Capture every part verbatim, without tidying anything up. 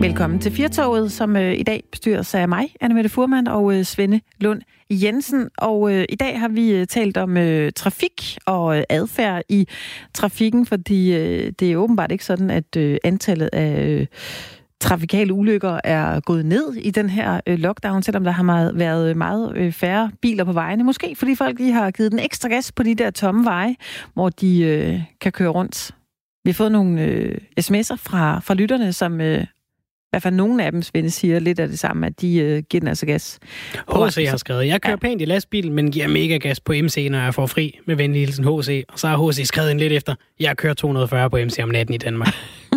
Velkommen til Firtoget, som øh, i dag bestyres af mig, Anne-Mette Fuhrmann og øh, Svende Lund Jensen. Og øh, i dag har vi øh, talt om øh, trafik og øh, adfærd i trafikken, fordi øh, det er åbenbart ikke sådan, at øh, antallet af øh, trafikale ulykker er gået ned i den her øh, lockdown, selvom der har meget, været meget øh, færre biler på vejene. Måske fordi folk lige har givet den ekstra gas på de der tomme veje, hvor de øh, kan køre rundt. Vi har fået nogle øh, sms'er fra, fra lytterne, som øh, i hvert fald nogle af dem, Svende, siger lidt af det samme, at de øh, giver den altså gas. H C har skrevet, jeg kører ja. pænt i lastbilen, men giver mega gas på M C, når jeg får fri med venlig hilsen H C. Og så har H C skrevet ind lidt efter, jeg kører to hundrede og fyrre på M C om natten i Danmark.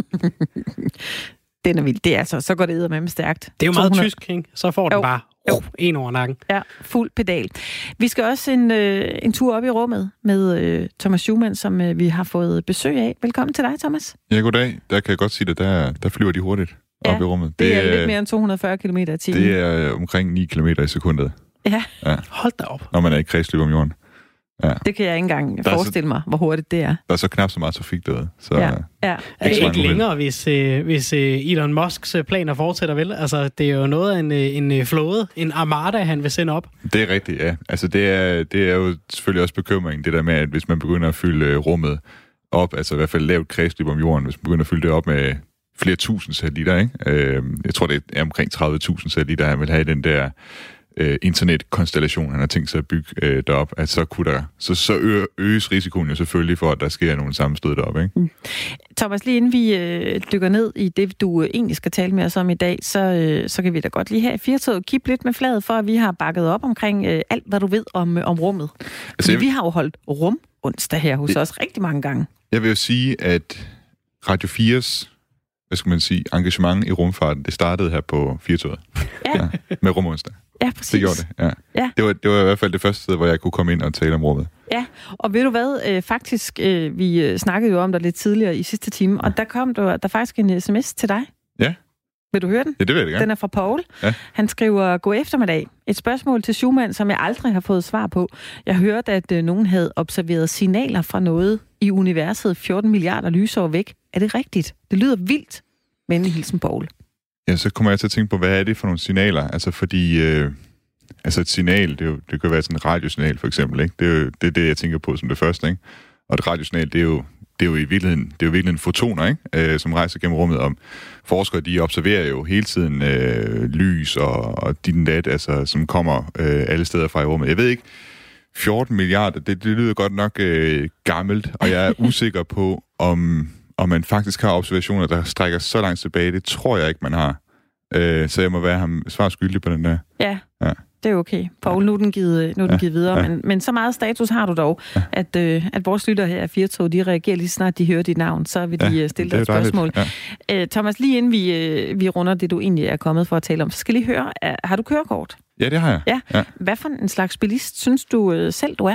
Den er vildt. Det er altså, så går det eddermame stærkt. Det er jo meget to hundrede tysk, ikke? Så får den jo. bare oh, en over nakken. Ja, fuld pedal. Vi skal også en, øh, en tur op i rummet med øh, Thomas Schumann, som øh, vi har fået besøg af. Velkommen til dig, Thomas. Ja, goddag. Der kan jeg godt sige, at der, der flyver de hurtigt ja, op i rummet. Det, det er, er lidt mere end to hundrede og fyrre kilometer i timen. Det er omkring ni kilometer i sekundet. Ja. ja. Hold da op. Når man er i kredsløb om jorden. Ja. Det kan jeg ikke engang der forestille mig, hvor hurtigt det er. Der er så knap så meget trafik derude. Så ja. Ja. Er det ikke længere, hvis, øh, hvis øh, Elon Musks planer fortsætter, vel? Altså, det er jo noget af en, en flåde, en armada, han vil sende op. Det er rigtigt, ja. Altså, det er, det er jo selvfølgelig også bekymring, det der med, at hvis man begynder at fylde rummet op, altså i hvert fald lavt kredsløb om jorden, hvis man begynder at fylde det op med flere tusind satellitter, ikke? Øh, jeg tror, det er omkring tredive tusind satellitter, han vil have i den der øh, internetkonstellation, han har tænkt sig at bygge øh, derop, at så, kunne der, så, så ø- øges risikoen jo selvfølgelig for, at der sker nogle sammenstød deroppe, ikke? Mm. Thomas, lige inden vi øh, dykker ned i det, du øh, egentlig skal tale med os om i dag, så, øh, så kan vi da godt lige her i Firtoget kippe lidt med fladet for, at vi har bakket op omkring øh, alt, hvad du ved om, øh, om rummet. Altså, jeg... vi har jo holdt rum onsdag her hos det... os rigtig mange gange. Jeg vil jo sige, at Radio fires, hvad skal man sige, engagement i rumfarten, det startede her på Firtoget. Ja. ja. Med rumonsdag. Ja, præcis. Det gjorde det, ja. ja. Det, var, det var i hvert fald det første sted, hvor jeg kunne komme ind og tale om rummet. Ja, og ved du hvad, øh, faktisk, øh, vi øh, snakkede jo om dig lidt tidligere i sidste time, og der kom der, der faktisk en sms til dig. Ja. Vil du høre den? Ja, det vil jeg gerne. Den er fra Paul. Ja. Han skriver, god eftermiddag. Et spørgsmål til Schumann, som jeg aldrig har fået svar på. Jeg hørte, at øh, nogen havde observeret signaler fra noget i universet fjorten milliarder lysår væk. Er det rigtigt? Det lyder vildt. Venlig hilsen, Paul. Ja, så kommer jeg til at tænke på, hvad er det for nogle signaler? Altså, fordi... Øh, altså, et signal, det, er jo, det kan være sådan et radiosignal, for eksempel, ikke? Det er jo det, er det, jeg tænker på som det første, ikke? Og et radiosignal, det er jo, det er jo i virkeligheden, det er jo virkeligheden fotoner, ikke? Øh, som rejser gennem rummet. Om forskere, de observerer jo hele tiden øh, lys og, og din dat, altså, som kommer øh, alle steder fra i rummet. Jeg ved ikke, fjorten milliarder, det, det lyder godt nok øh, gammelt, og jeg er usikker på, om... og man faktisk har observationer, der strækker så langt tilbage. Det tror jeg ikke, man har. Øh, så jeg må være ham svar skyldig på den der. Ja, ja. Det er okay. Paul, nu er den givet, nu er den ja. givet videre. Ja. Men, men så meget status har du dog, ja. at, øh, at vores lytter her af Firtoget, de reagerer lige snart, de hører dit navn. Så vil de ja, stille dig et spørgsmål. Ja. Øh, Thomas, lige inden vi, øh, vi runder det, du egentlig er kommet for at tale om, så skal lige høre, er, har du kørekort? Ja, det har jeg. Ja. Ja. Hvad for en slags bilist synes du øh, selv, du er?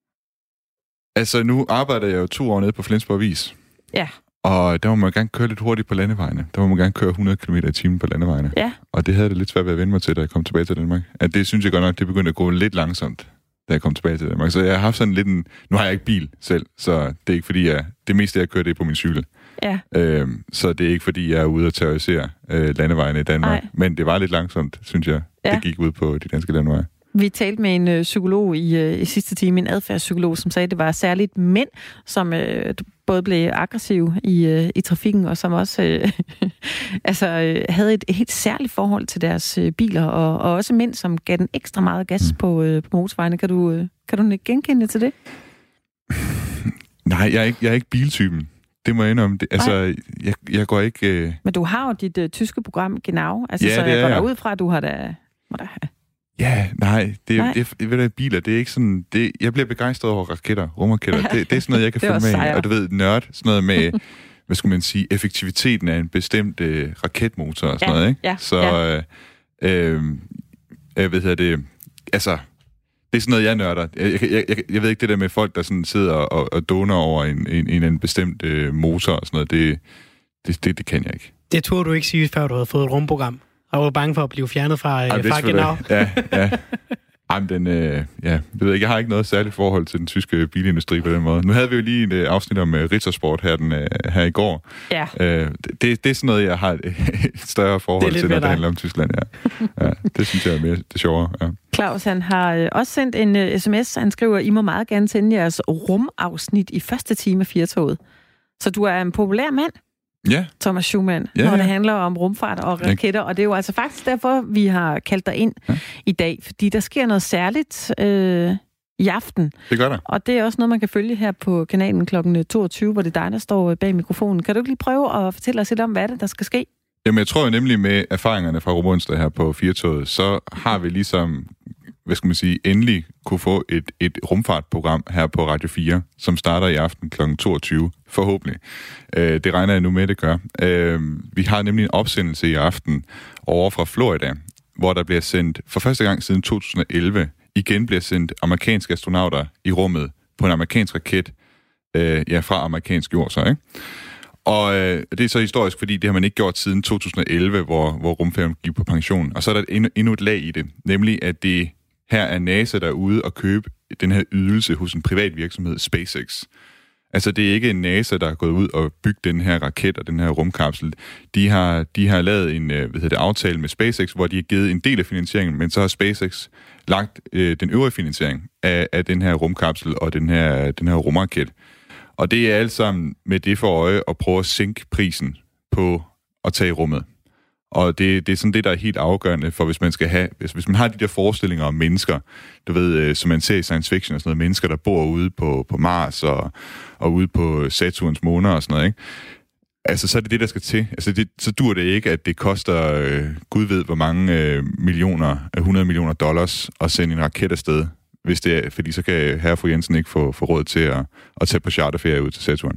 Altså, nu arbejder jeg jo to år nede på Flensborg Avis. Ja. Og der må man gerne køre lidt hurtigt på landevejene. Der må man gerne køre hundrede kilometer i timen på landevejene. Ja. Og det havde det lidt svært ved at vende mig til, da jeg kom tilbage til Danmark. At det synes jeg godt nok, det begyndte at gå lidt langsomt, da jeg kom tilbage til Danmark. Så jeg har haft sådan lidt en... Nu har jeg ikke bil selv, så det er ikke fordi, jeg... Det meste, jeg kører, det er på min cykel. Ja. Øhm, så det er ikke fordi, jeg er ude og terrorisere øh, landevejene i Danmark. Ej. Men det var lidt langsomt, synes jeg, ja. Det gik ud på de danske landeveje. Vi talte med en ø, psykolog i, ø, i sidste time, en adfærdspsykolog, som sagde, at det var særligt mænd, som ø, både blev aggressive i, ø, i trafikken, og som også ø, altså, ø, havde et helt særligt forhold til deres ø, biler, og, og også mænd, som gav den ekstra meget gas mm. på, ø, på motorvejene. Kan du, ø, kan du ikke genkende til det? Nej, jeg er ikke, jeg er ikke biltypen. Det må jeg indrømme. Det, altså, jeg, jeg går ikke... Øh... Men du har jo dit ø, tyske program Genau, altså, ja, så jeg går ja. derud fra, at du har da... Må da have. Ja, nej, det er, nej. Det, det, ved du, biler, det er ikke sådan, det, jeg bliver begejstret over raketter, rumraketter, ja. det, det er sådan noget, jeg kan følge med sejr. Og du ved, nørd, sådan noget med, hvad skal man sige, effektiviteten af en bestemt øh, raketmotor og sådan ja. noget, ikke? Ja. Så, ja. øh, øh, jeg ved det, altså, det er sådan noget, jeg nørder. Jeg, jeg, jeg, jeg ved ikke det der med folk, der sådan sidder og, og doner over en, en, en, en bestemt øh, motor og sådan noget, det, det, det, det kan jeg ikke. Det turde du ikke sige, før du havde fået et rumprogram. Og var bange for at blive fjernet fra, Ej, fra Genau. Ja, ja. Jamen, den, øh, ja, jeg ved ikke, jeg har ikke noget særligt forhold til den tyske bilindustri på den måde. Nu havde vi jo lige et øh, afsnit om øh, Rittersport her, den, øh, her i går. Ja. Øh, det, det er sådan noget, jeg har et, et større forhold til, når det handler om Tyskland. Ja. Ja, det synes jeg er mere det sjovere. Ja. Claus, han har øh, også sendt en øh, sms. Han skriver, I må meget gerne sende jeres rumafsnit i første time af Firtoget. Så du er en populær mand? Ja. Thomas Schumann, ja, når ja. det handler om rumfart og raketter. Og det er jo altså faktisk derfor, vi har kaldt dig ind ja. i dag. Fordi der sker noget særligt øh, i aften. Det gør der. Og det er også noget, man kan følge her på kanalen klokken toogtyve, hvor det er dig, der står bag mikrofonen. Kan du ikke lige prøve at fortælle os lidt om, hvad det der skal ske? Jamen, jeg tror jo nemlig med erfaringerne fra Rumonsdag her på Firtoget, så har vi ligesom, hvad skal man sige, endelig kunne få et, et rumfartprogram her på Radio fire, som starter i aften klokken toogtyve, forhåbentlig. Øh, det regner jeg nu med, det gør. Øh, vi har nemlig en opsendelse i aften over fra Florida, hvor der bliver sendt, for første gang siden to tusind og elleve, igen bliver sendt amerikanske astronauter i rummet på en amerikansk raket, øh, ja, fra amerikansk jord så, ikke? Og øh, det er så historisk, fordi det har man ikke gjort siden to tusind og elleve, hvor, hvor rumfærgen gik på pension. Og så er der endnu, endnu et lag i det, nemlig at det her er NASA, der er ude og købe den her ydelse hos en privat virksomhed, SpaceX. Altså, det er ikke NASA, der er gået ud og bygget den her raket og den her rumkapsel. De har, de har lavet en hvad hedder det, aftale med SpaceX, hvor de har givet en del af finansieringen, men så har SpaceX lagt øh, den øvrige finansiering af, af den her rumkapsel og den her, den her rumraket. Og det er alt sammen med det for øje at prøve at sænke prisen på at tage i rummet. Og det, det er sådan det, der er helt afgørende for, hvis man skal have, hvis, hvis man har de der forestillinger om mennesker, du ved, som man ser i science fiction og sådan noget, mennesker, der bor ude på, på Mars og, og ude på Saturns måner og sådan noget, ikke? Altså, så er det det, der skal til. Altså, det, så dur det ikke, at det koster, øh, Gud ved, hvor mange øh, millioner, hundrede millioner dollars at sende en raket afsted, hvis det er, fordi så kan herre fru Jensen ikke få, få råd til at, at tage på charterferie ud til Saturn.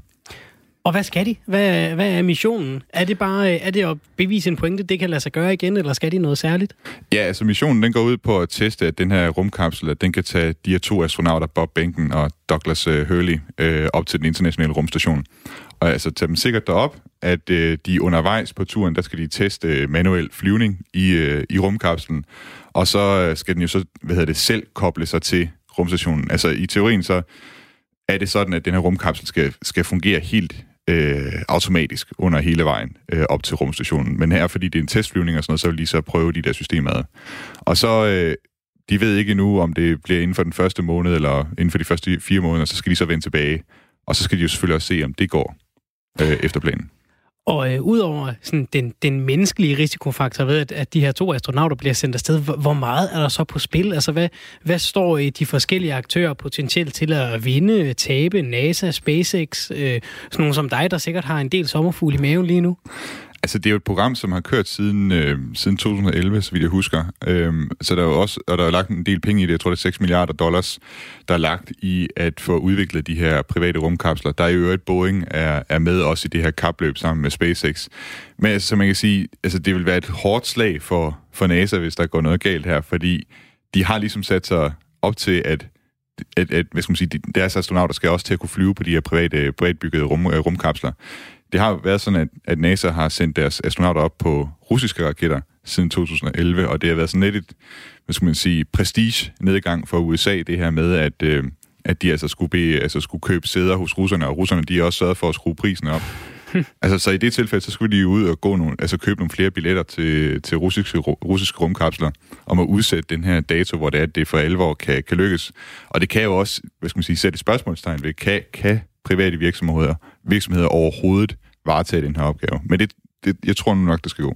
Og hvad skal de? Hvad, hvad er missionen? Er det bare er det at bevise en pointe, det kan lade sig gøre igen, eller skal de noget særligt? Ja, altså missionen den går ud på at teste, at den her rumkapsel, at den kan tage de her to astronauter, Bob Behnken og Douglas Hurley, øh, op til den internationale rumstation. Og altså tage dem sikkert derop, at øh, de undervejs på turen, der skal de teste manuel flyvning i, øh, i rumkapslen. Og så skal den jo så, hvad hedder det, selv koble sig til rumstationen. Altså i teorien så er det sådan, at den her rumkapsel skal, skal fungere helt øh, automatisk under hele vejen øh, op til rumstationen. Men her, fordi det er en testflyvning og sådan noget, så vil de så prøve de der systemer ad. Og så, øh, de ved ikke endnu, om det bliver inden for den første måned, eller inden for de første fire måneder, så skal de så vende tilbage. Og så skal de jo selvfølgelig også se, om det går øh, efter planen. Og øh, udover sådan, den, den menneskelige risikofaktor ved, at, at de her to astronauter bliver sendt afsted, hvor, hvor meget er der så på spil? Altså, hvad, hvad står i de forskellige aktører potentielt til at vinde, tabe? NASA, SpaceX, øh, sådan nogle som dig, der sikkert har en del sommerfugl i maven lige nu? Altså, det er jo et program, som har kørt siden, øh, siden to tusind og elleve, så vidt jeg husker. Øhm, så der er jo også, og der er lagt en del penge i det. Jeg tror, det er seks milliarder dollars, der er lagt i at få udviklet de her private rumkapsler. Der er jo et Boeing er, er med også i det her kapløb sammen med SpaceX. Men altså, så man kan sige, altså, det vil være et hårdt slag for, for NASA, hvis der går noget galt her, fordi de har ligesom sat sig op til, at at, at hvad skal man sige, deres astronauter skal også til at kunne flyve på de her private, privatbyggede rum, rumkapsler. Det har været sådan, at, at NASA har sendt deres astronauter op på russiske raketter siden to tusind og elleve, og det har været sådan lidt et, hvad skal man sige, prestige-nedgang for U S A, det her med, at, øh, at de altså skulle, be, altså skulle købe sæder hos russerne, og russerne de har også sørget for at skrue prisen op. Altså, så i det tilfælde, så skulle de jo ud og gå nogle, altså købe nogle flere billetter til, til russiske, russiske rumkapsler, om at udsætte den her dato, hvor det er, at det for alvor kan, kan lykkes. Og det kan jo også, hvad skal man sige, sætte et spørgsmålstegn ved, kan, kan private virksomheder, virksomheder overhovedet varetage den her opgave? Men det, det, jeg tror nu nok, det skal gå.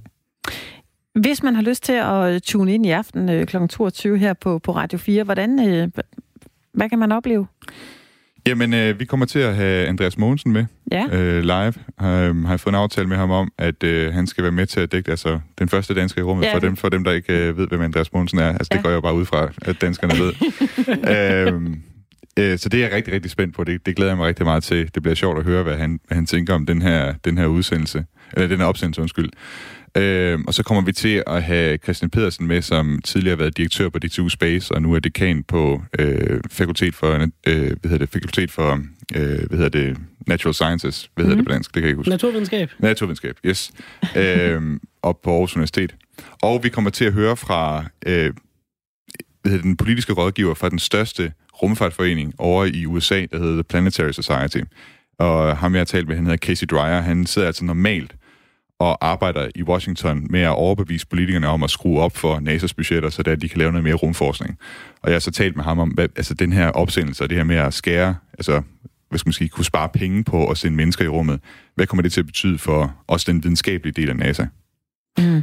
Hvis man har lyst til at tune ind i aften øh, klokken toogtyve her på, på Radio fire, hvordan, øh, hvad kan man opleve? Jamen, øh, vi kommer til at have Andreas Mogensen med ja. øh, live. Øh, har jeg fået en aftale med ham om, at øh, han skal være med til at dække altså, den første dansker i rummet, ja. for, dem, for dem, der ikke øh, ved, hvem Andreas Mogensen er. Altså, ja. det går jeg jo bare ud fra, at danskerne ved. øh, øh, så det er jeg rigtig, rigtig spændt på. Det, det glæder jeg mig rigtig meget til. Det bliver sjovt at høre, hvad han, hvad han tænker om den her, den her udsendelse. Eller den her opsendelse, undskyld. Øh, og så kommer vi til at have Christian Pedersen med, som tidligere har været direktør på D T U Space, og nu er dekan på øh, fakultet for, øh, hvad hedder det, fakultet for, øh, hvad hedder det, Natural Sciences, hvad hedder mm-hmm. det på dansk, det kan jeg ikke huske. Naturvidenskab. Naturvidenskab, yes. øh, op på Aarhus Universitet. Og vi kommer til at høre fra, øh, hvad den politiske rådgiver fra den største rumfartforening over i U S A, der hedder The Planetary Society. Og ham jeg har talt med, han hedder Casey Dreyer, han sidder altså normalt og arbejder i Washington med at overbevise politikerne om at skrue op for N A S A's budgetter, så de kan lave noget mere rumforskning. Og jeg har så talt med ham om, hvad, altså den her opsendelse og det her med at skære, altså hvad skal man sige, kunne spare penge på at sende mennesker i rummet. Hvad kommer det til at betyde for også den videnskabelige del af NASA? Mm.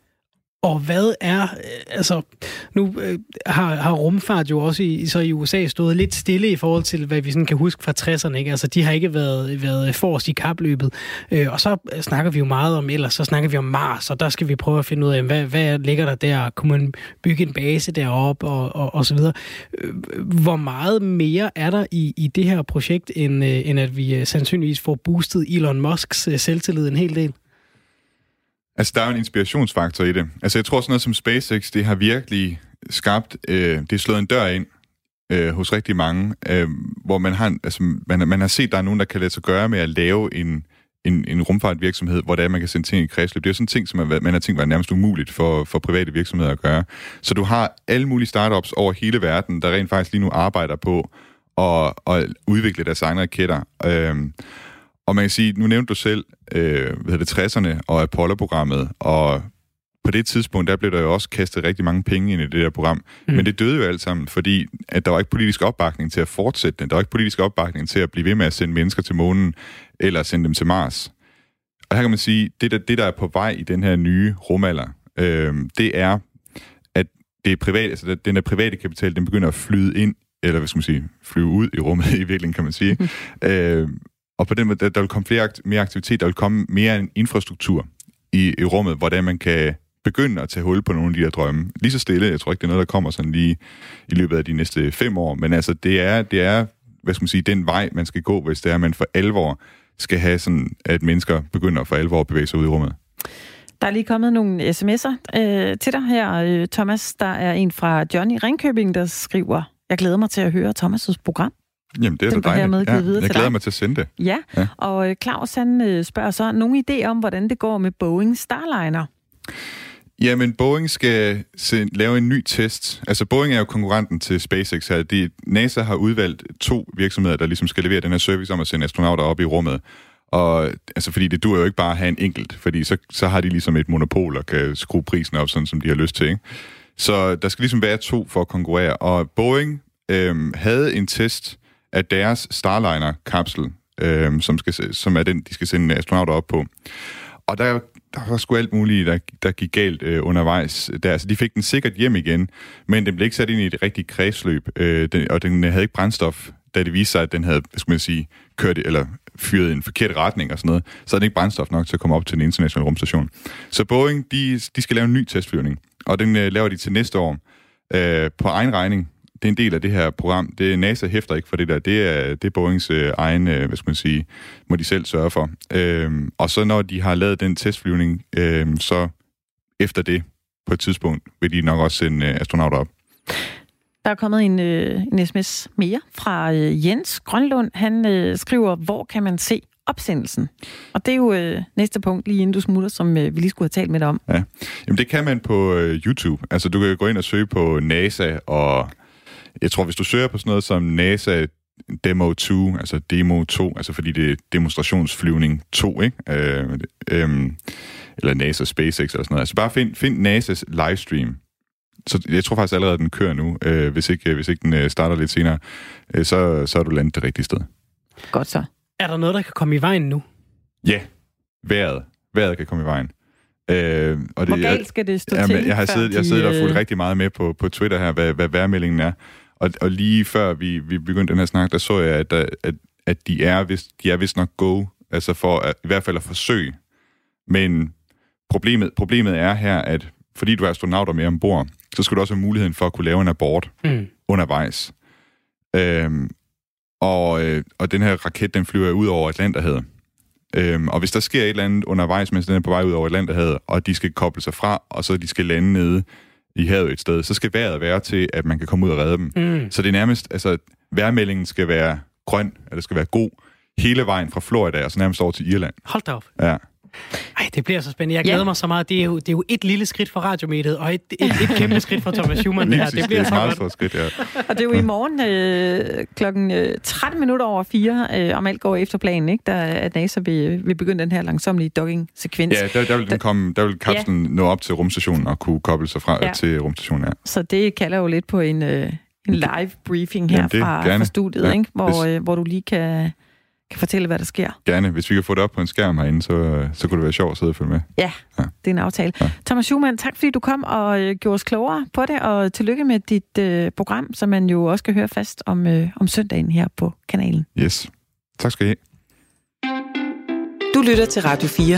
Og hvad er, altså, nu øh, har, har rumfart jo også i, så i U S A stået lidt stille i forhold til, hvad vi sådan kan huske fra tresserne, ikke? Altså, de har ikke været, været forrest i kapløbet. Øh, og så snakker vi jo meget om, ellers så snakker vi om Mars, og der skal vi prøve at finde ud af, hvad, hvad ligger der der? Kunne man bygge en base deroppe, og, og, og så videre. Hvor meget mere er der i, i det her projekt, end, øh, end at vi øh, sandsynligvis får boostet Elon Musks øh, selvtillid en hel del? Altså, der er jo en inspirationsfaktor i det. Altså, jeg tror sådan noget som SpaceX, det har virkelig skabt, øh, det er slået en dør ind øh, hos rigtig mange, øh, hvor man har, altså, man, man har set, der er nogen, der kan lade sig gøre med at lave en, en, en rumfartvirksomhed, hvor der man kan sende ting i kredsløb. Det er jo sådan en ting, som man, man har tænkt var nærmest umuligt for, for private virksomheder at gøre. Så du har alle mulige startups over hele verden, der rent faktisk lige nu arbejder på at, at udvikle deres egne raketter. Øh, Og man kan sige, nu nævnte du selv, øh, hvad hedder det, tresserne og Apollo-programmet, og på det tidspunkt, der blev der jo også kastet rigtig mange penge ind i det der program. Mm. Men det døde jo alt sammen, fordi at der var ikke politisk opbakning til at fortsætte det. Der var ikke politisk opbakning til at blive ved med at sende mennesker til månen, eller sende dem til Mars. Og her kan man sige, det der, det der er på vej i den her nye rumalder, øh, det er, at det er privat, altså den der private kapital, den begynder at flyde ind, eller hvad skal man sige, flyve ud i rummet i virkeligheden, kan man sige. Mm. Øh, Og på den måde, der vil komme flere, mere aktivitet, der vil komme mere infrastruktur i, i rummet, hvordan man kan begynde at tage hul på nogle af de der drømme. Lige så stille, jeg tror ikke, det er noget, der kommer sådan lige i løbet af de næste fem år, men altså, det er, det er hvad skal man sige, den vej, man skal gå, hvis det er, at man for alvor skal have sådan, at mennesker begynder for alvor at bevæge sig ud i rummet. Der er lige kommet nogle sms'er øh, til dig her, Thomas. Der er en fra Johnny Ringkøbing, der skriver, jeg glæder mig til at høre Thomas' program. Jamen, det er så dejligt. Ja, jeg glæder mig til at sende det. Ja, ja. Og Claus han spørger så, nogen idé om, hvordan det går med Boeing Starliner? Jamen, Boeing skal se, lave en ny test. Altså, Boeing er jo konkurrenten til SpaceX her. De, NASA har udvalgt to virksomheder, der ligesom skal levere den her service om at sende astronauter op i rummet. Og altså, fordi det duer jo ikke bare at have en enkelt, fordi så, så har de ligesom et monopol og kan skrue prisen op, sådan som de har lyst til, ikke? Så der skal ligesom være to for at konkurrere. Og Boeing øhm, havde en test af deres Starliner-kapsel, øhm, som, skal, som er den, de skal sende astronauter op på. Og der, der var sgu alt muligt, der, der gik galt øh, undervejs der. Så de fik den sikkert hjem igen, men den blev ikke sat ind i et rigtigt kredsløb, øh, den, og den havde ikke brændstof, da det viste sig, at den havde, hvad skal man sige, kørt eller fyret i en forkert retning og sådan noget, så havde den ikke brændstof nok til at komme op til den internationale rumstation. Så Boeing, de, de skal lave en ny testflyvning, og den øh, laver de til næste år øh, på egen regning. Det er en del af det her program. Det er NASA hæfter ikke for det der. Det er, det er Boeings øh, egen, øh, hvad skal man sige, må de selv sørge for. Øhm, og så når de har lavet den testflyvning, øh, så efter det på et tidspunkt vil de nok også sende øh, astronauter op. Der er kommet en, øh, en sms mere fra øh, Jens Grønlund. Han øh, skriver, hvor kan man se opsendelsen? Og det er jo øh, næste punkt, lige inden du smutter, som øh, vi lige skulle have talt med dig om. Ja, jamen det kan man på øh, YouTube. Altså du kan gå ind og søge på NASA, og jeg tror, hvis du søger på sådan noget som NASA Demo to, altså Demo to, altså fordi det er demonstrationsflyvning to, ikke? Øh, øh, eller NASA SpaceX eller sådan noget. Altså bare find, find NASA's livestream. Så jeg tror faktisk allerede, at den kører nu. Øh, hvis, ikke, hvis ikke den starter lidt senere, øh, så, så er du landet det rigtige sted. Godt så. Er der noget, der kan komme i vejen nu? Ja, vejret. Vejret kan komme i vejen. Øh, og det, Hvor galt skal det stå jeg, til? Jeg, jeg har siddet, de, jeg siddet og fulgt rigtig meget med på, på Twitter her, hvad, hvad vejrmeldingen er. Og, og lige før vi, vi begyndte den her snak, der så jeg, at, at, at de er vist, de er vist nok go, altså for at, i hvert fald at forsøge. Men problemet, problemet er her, at fordi du er astronauter med ombord, så skal du også have muligheden for at kunne lave en abort mm. undervejs. Øhm, og, og den her raket, den flyver ud over Atlanterhavet. Øhm, og hvis der sker et eller andet undervejs, mens den er på vej ud over Atlanterhavet, og de skal koble sig fra, og så de skal lande nede i havet et sted, så skal vejret være til, at man kan komme ud og redde dem. Mm. Så det er nærmest, altså, vejrmeldingen skal være grøn, eller skal være god, hele vejen fra Florida, og så nærmest over til Irland. Hold da op. Ja. Ej, det bliver så spændende. Jeg glæder ja. mig så meget. Det er, jo, det er jo et lille skridt for radiomediet, og et, et, et kæmpe skridt for Thomas Schumann. Det, her. det bliver det er så godt. Skridt, ja. Og det er jo i morgen øh, klokken tretten minutter over fire, øh, om alt går efter planen, ikke? Der at NASA vil, vil begynde den her langsomlige docking-sekvens. Ja, der, der vil, den komme, der vil kapslen ja. nå op til rumstationen og kunne koble sig fra ja. til rumstationen, ja. Så det kalder jo lidt på en, øh, en live briefing her Jamen, fra, fra studiet, ja. ikke? Hvor, øh, hvor du lige kan... kan fortælle, hvad der sker. Gerne. Hvis vi kan få det op på en skærm herinde, så, så kunne det være sjovt at sidde og følge med. Ja, ja. Det er en aftale. Ja. Thomas Schumann, tak fordi du kom og øh, gjorde os klogere på det, og tillykke med dit øh, program, som man jo også kan høre fast om, øh, om søndagen her på kanalen. Yes. Tak skal I have. Du lytter til Radio fire.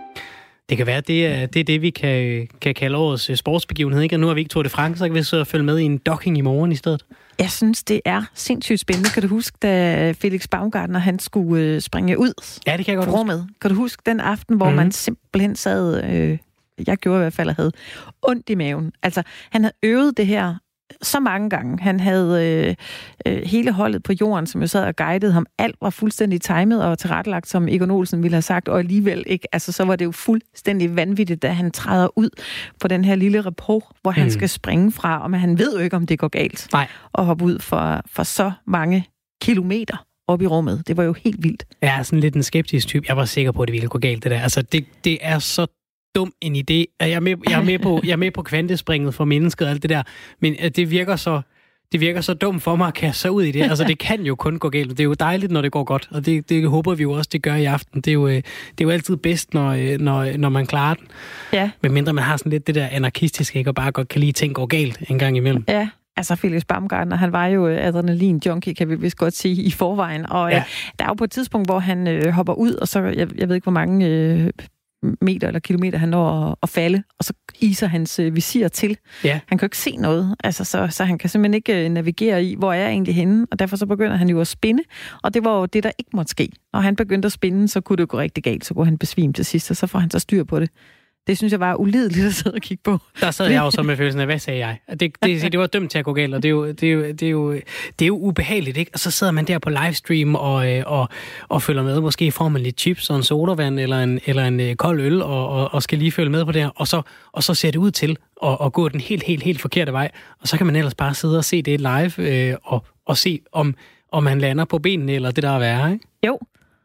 Det kan være, det er det, er det vi kan, kan kalde årets sportsbegivenhed, ikke? Og nu har vi ikke Tour de France, så kan vi så følge med i en docking i morgen i stedet. Jeg synes, det er sindssygt spændende. Kan du huske, da Felix Baumgartner, han skulle øh, springe ud? Ja, det kan jeg godt huske. Kan du huske den aften, hvor mm-hmm. man simpelthen sad, øh, jeg gjorde i hvert fald, og havde ondt i maven. Altså, han havde øvet det her så mange gange. Han havde øh, øh, hele holdet på jorden, som jo sad og guidede ham. Alt var fuldstændig timet og tilrettelagt, som Egon Olsen ville have sagt, og alligevel ikke. Altså, så var det jo fuldstændig vanvittigt, da han træder ud på den her lille repos, hvor han mm. skal springe fra, og han ved jo ikke, om det går galt. Nej. Og hoppe ud for, for så mange kilometer op i rummet. Det var jo helt vildt. Jeg er sådan lidt en skeptisk type. Jeg var sikker på, at det ville gå galt, det der. Altså, det, det er så dum en idé. Jeg er med, jeg er med på, jeg er med på kvantespringet for mennesket og alt det der, men det virker så, det virker så dumt for mig at kaste sig ud i det. Altså, det kan jo kun gå galt. Det er jo dejligt, når det går godt, og det, det håber vi jo også, det gør i aften. Det er jo, det er jo altid bedst, når, når, når man klarer den. Ja. Men mindre man har sådan lidt det der anarkistiske, ikke? Og bare godt kan lide ting går galt en gang imellem. Ja. Altså, Felix Baumgartner, han var jo adrenalin-junkie, kan vi vist godt sige, i forvejen. Og ja. der er jo på et tidspunkt, hvor han øh, hopper ud, og så, jeg, jeg ved ikke, hvor mange øh, meter eller kilometer han når at, at falde, og så iser hans øh, visir til. Ja. Han kan jo ikke se noget, altså, så, så han kan simpelthen ikke øh, navigere i, hvor er jeg egentlig henne, og derfor så begynder han jo at spinde, og det var jo det, der ikke måtte ske. Når han begyndte at spinde, så kunne det gå rigtig galt, så kunne han besvime til sidst, og så får han så styr på det. Det synes jeg var ulideligt at sidde og kigge på. Der sad jeg jo så med følelsen af, hvad sagde jeg? Det, det, det var dømt til at gå galt, og det er jo, det er jo, det er jo, det er jo ubehageligt, ikke? Og så sidder man der på livestream og, og, og følger med, måske i form af lidt chips og en sodavand eller en, eller en kold øl, og, og, og skal lige følge med på det her, og så, og så ser det ud til at, at gå den helt, helt, helt forkerte vej. Og så kan man ellers bare sidde og se det live, øh, og, og se, om, om man lander på benene, eller det, der er værre, ikke? Jo.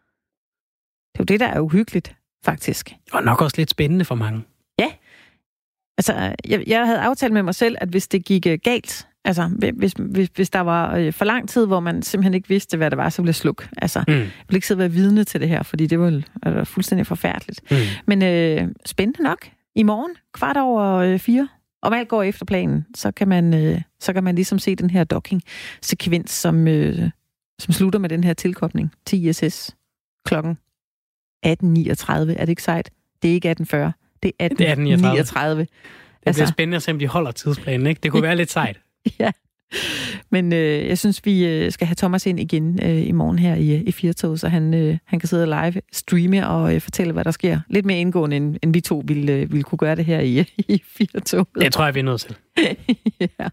Det er jo det, der er uhyggeligt, faktisk. Og nok også lidt spændende for mange. Ja. Altså, jeg, jeg havde aftalt med mig selv, at hvis det gik uh, galt, altså hvis, hvis, hvis der var uh, for lang tid, hvor man simpelthen ikke vidste, hvad det var, så ville jeg slukke. Altså, mm. jeg ville ikke sidde og være vidne til det her, fordi det var uh, fuldstændig forfærdeligt. Mm. Men uh, spændende nok. I morgen, kvart over uh, fire, om alt går efter planen, så kan man, uh, så kan man ligesom se den her docking-sekvens, som, uh, som slutter med den her tilkobling til I S S klokken atten niogtredive. Er det ikke sejt? Det er ikke atten fyrre. Det er atten niogtredive. Det altså, bliver spændende at se, om de holder tidsplanen, ikke? Det kunne være lidt sejt. Ja. Men øh, jeg synes, vi øh, skal have Thomas ind igen øh, i morgen her i, i Firtoget, så han, øh, han kan sidde live, streame og øh, fortælle, hvad der sker. Lidt mere indgående, end, end vi to ville, øh, ville kunne gøre det her i, i Firtoget. Det tror jeg, vi er nødt til. Ja.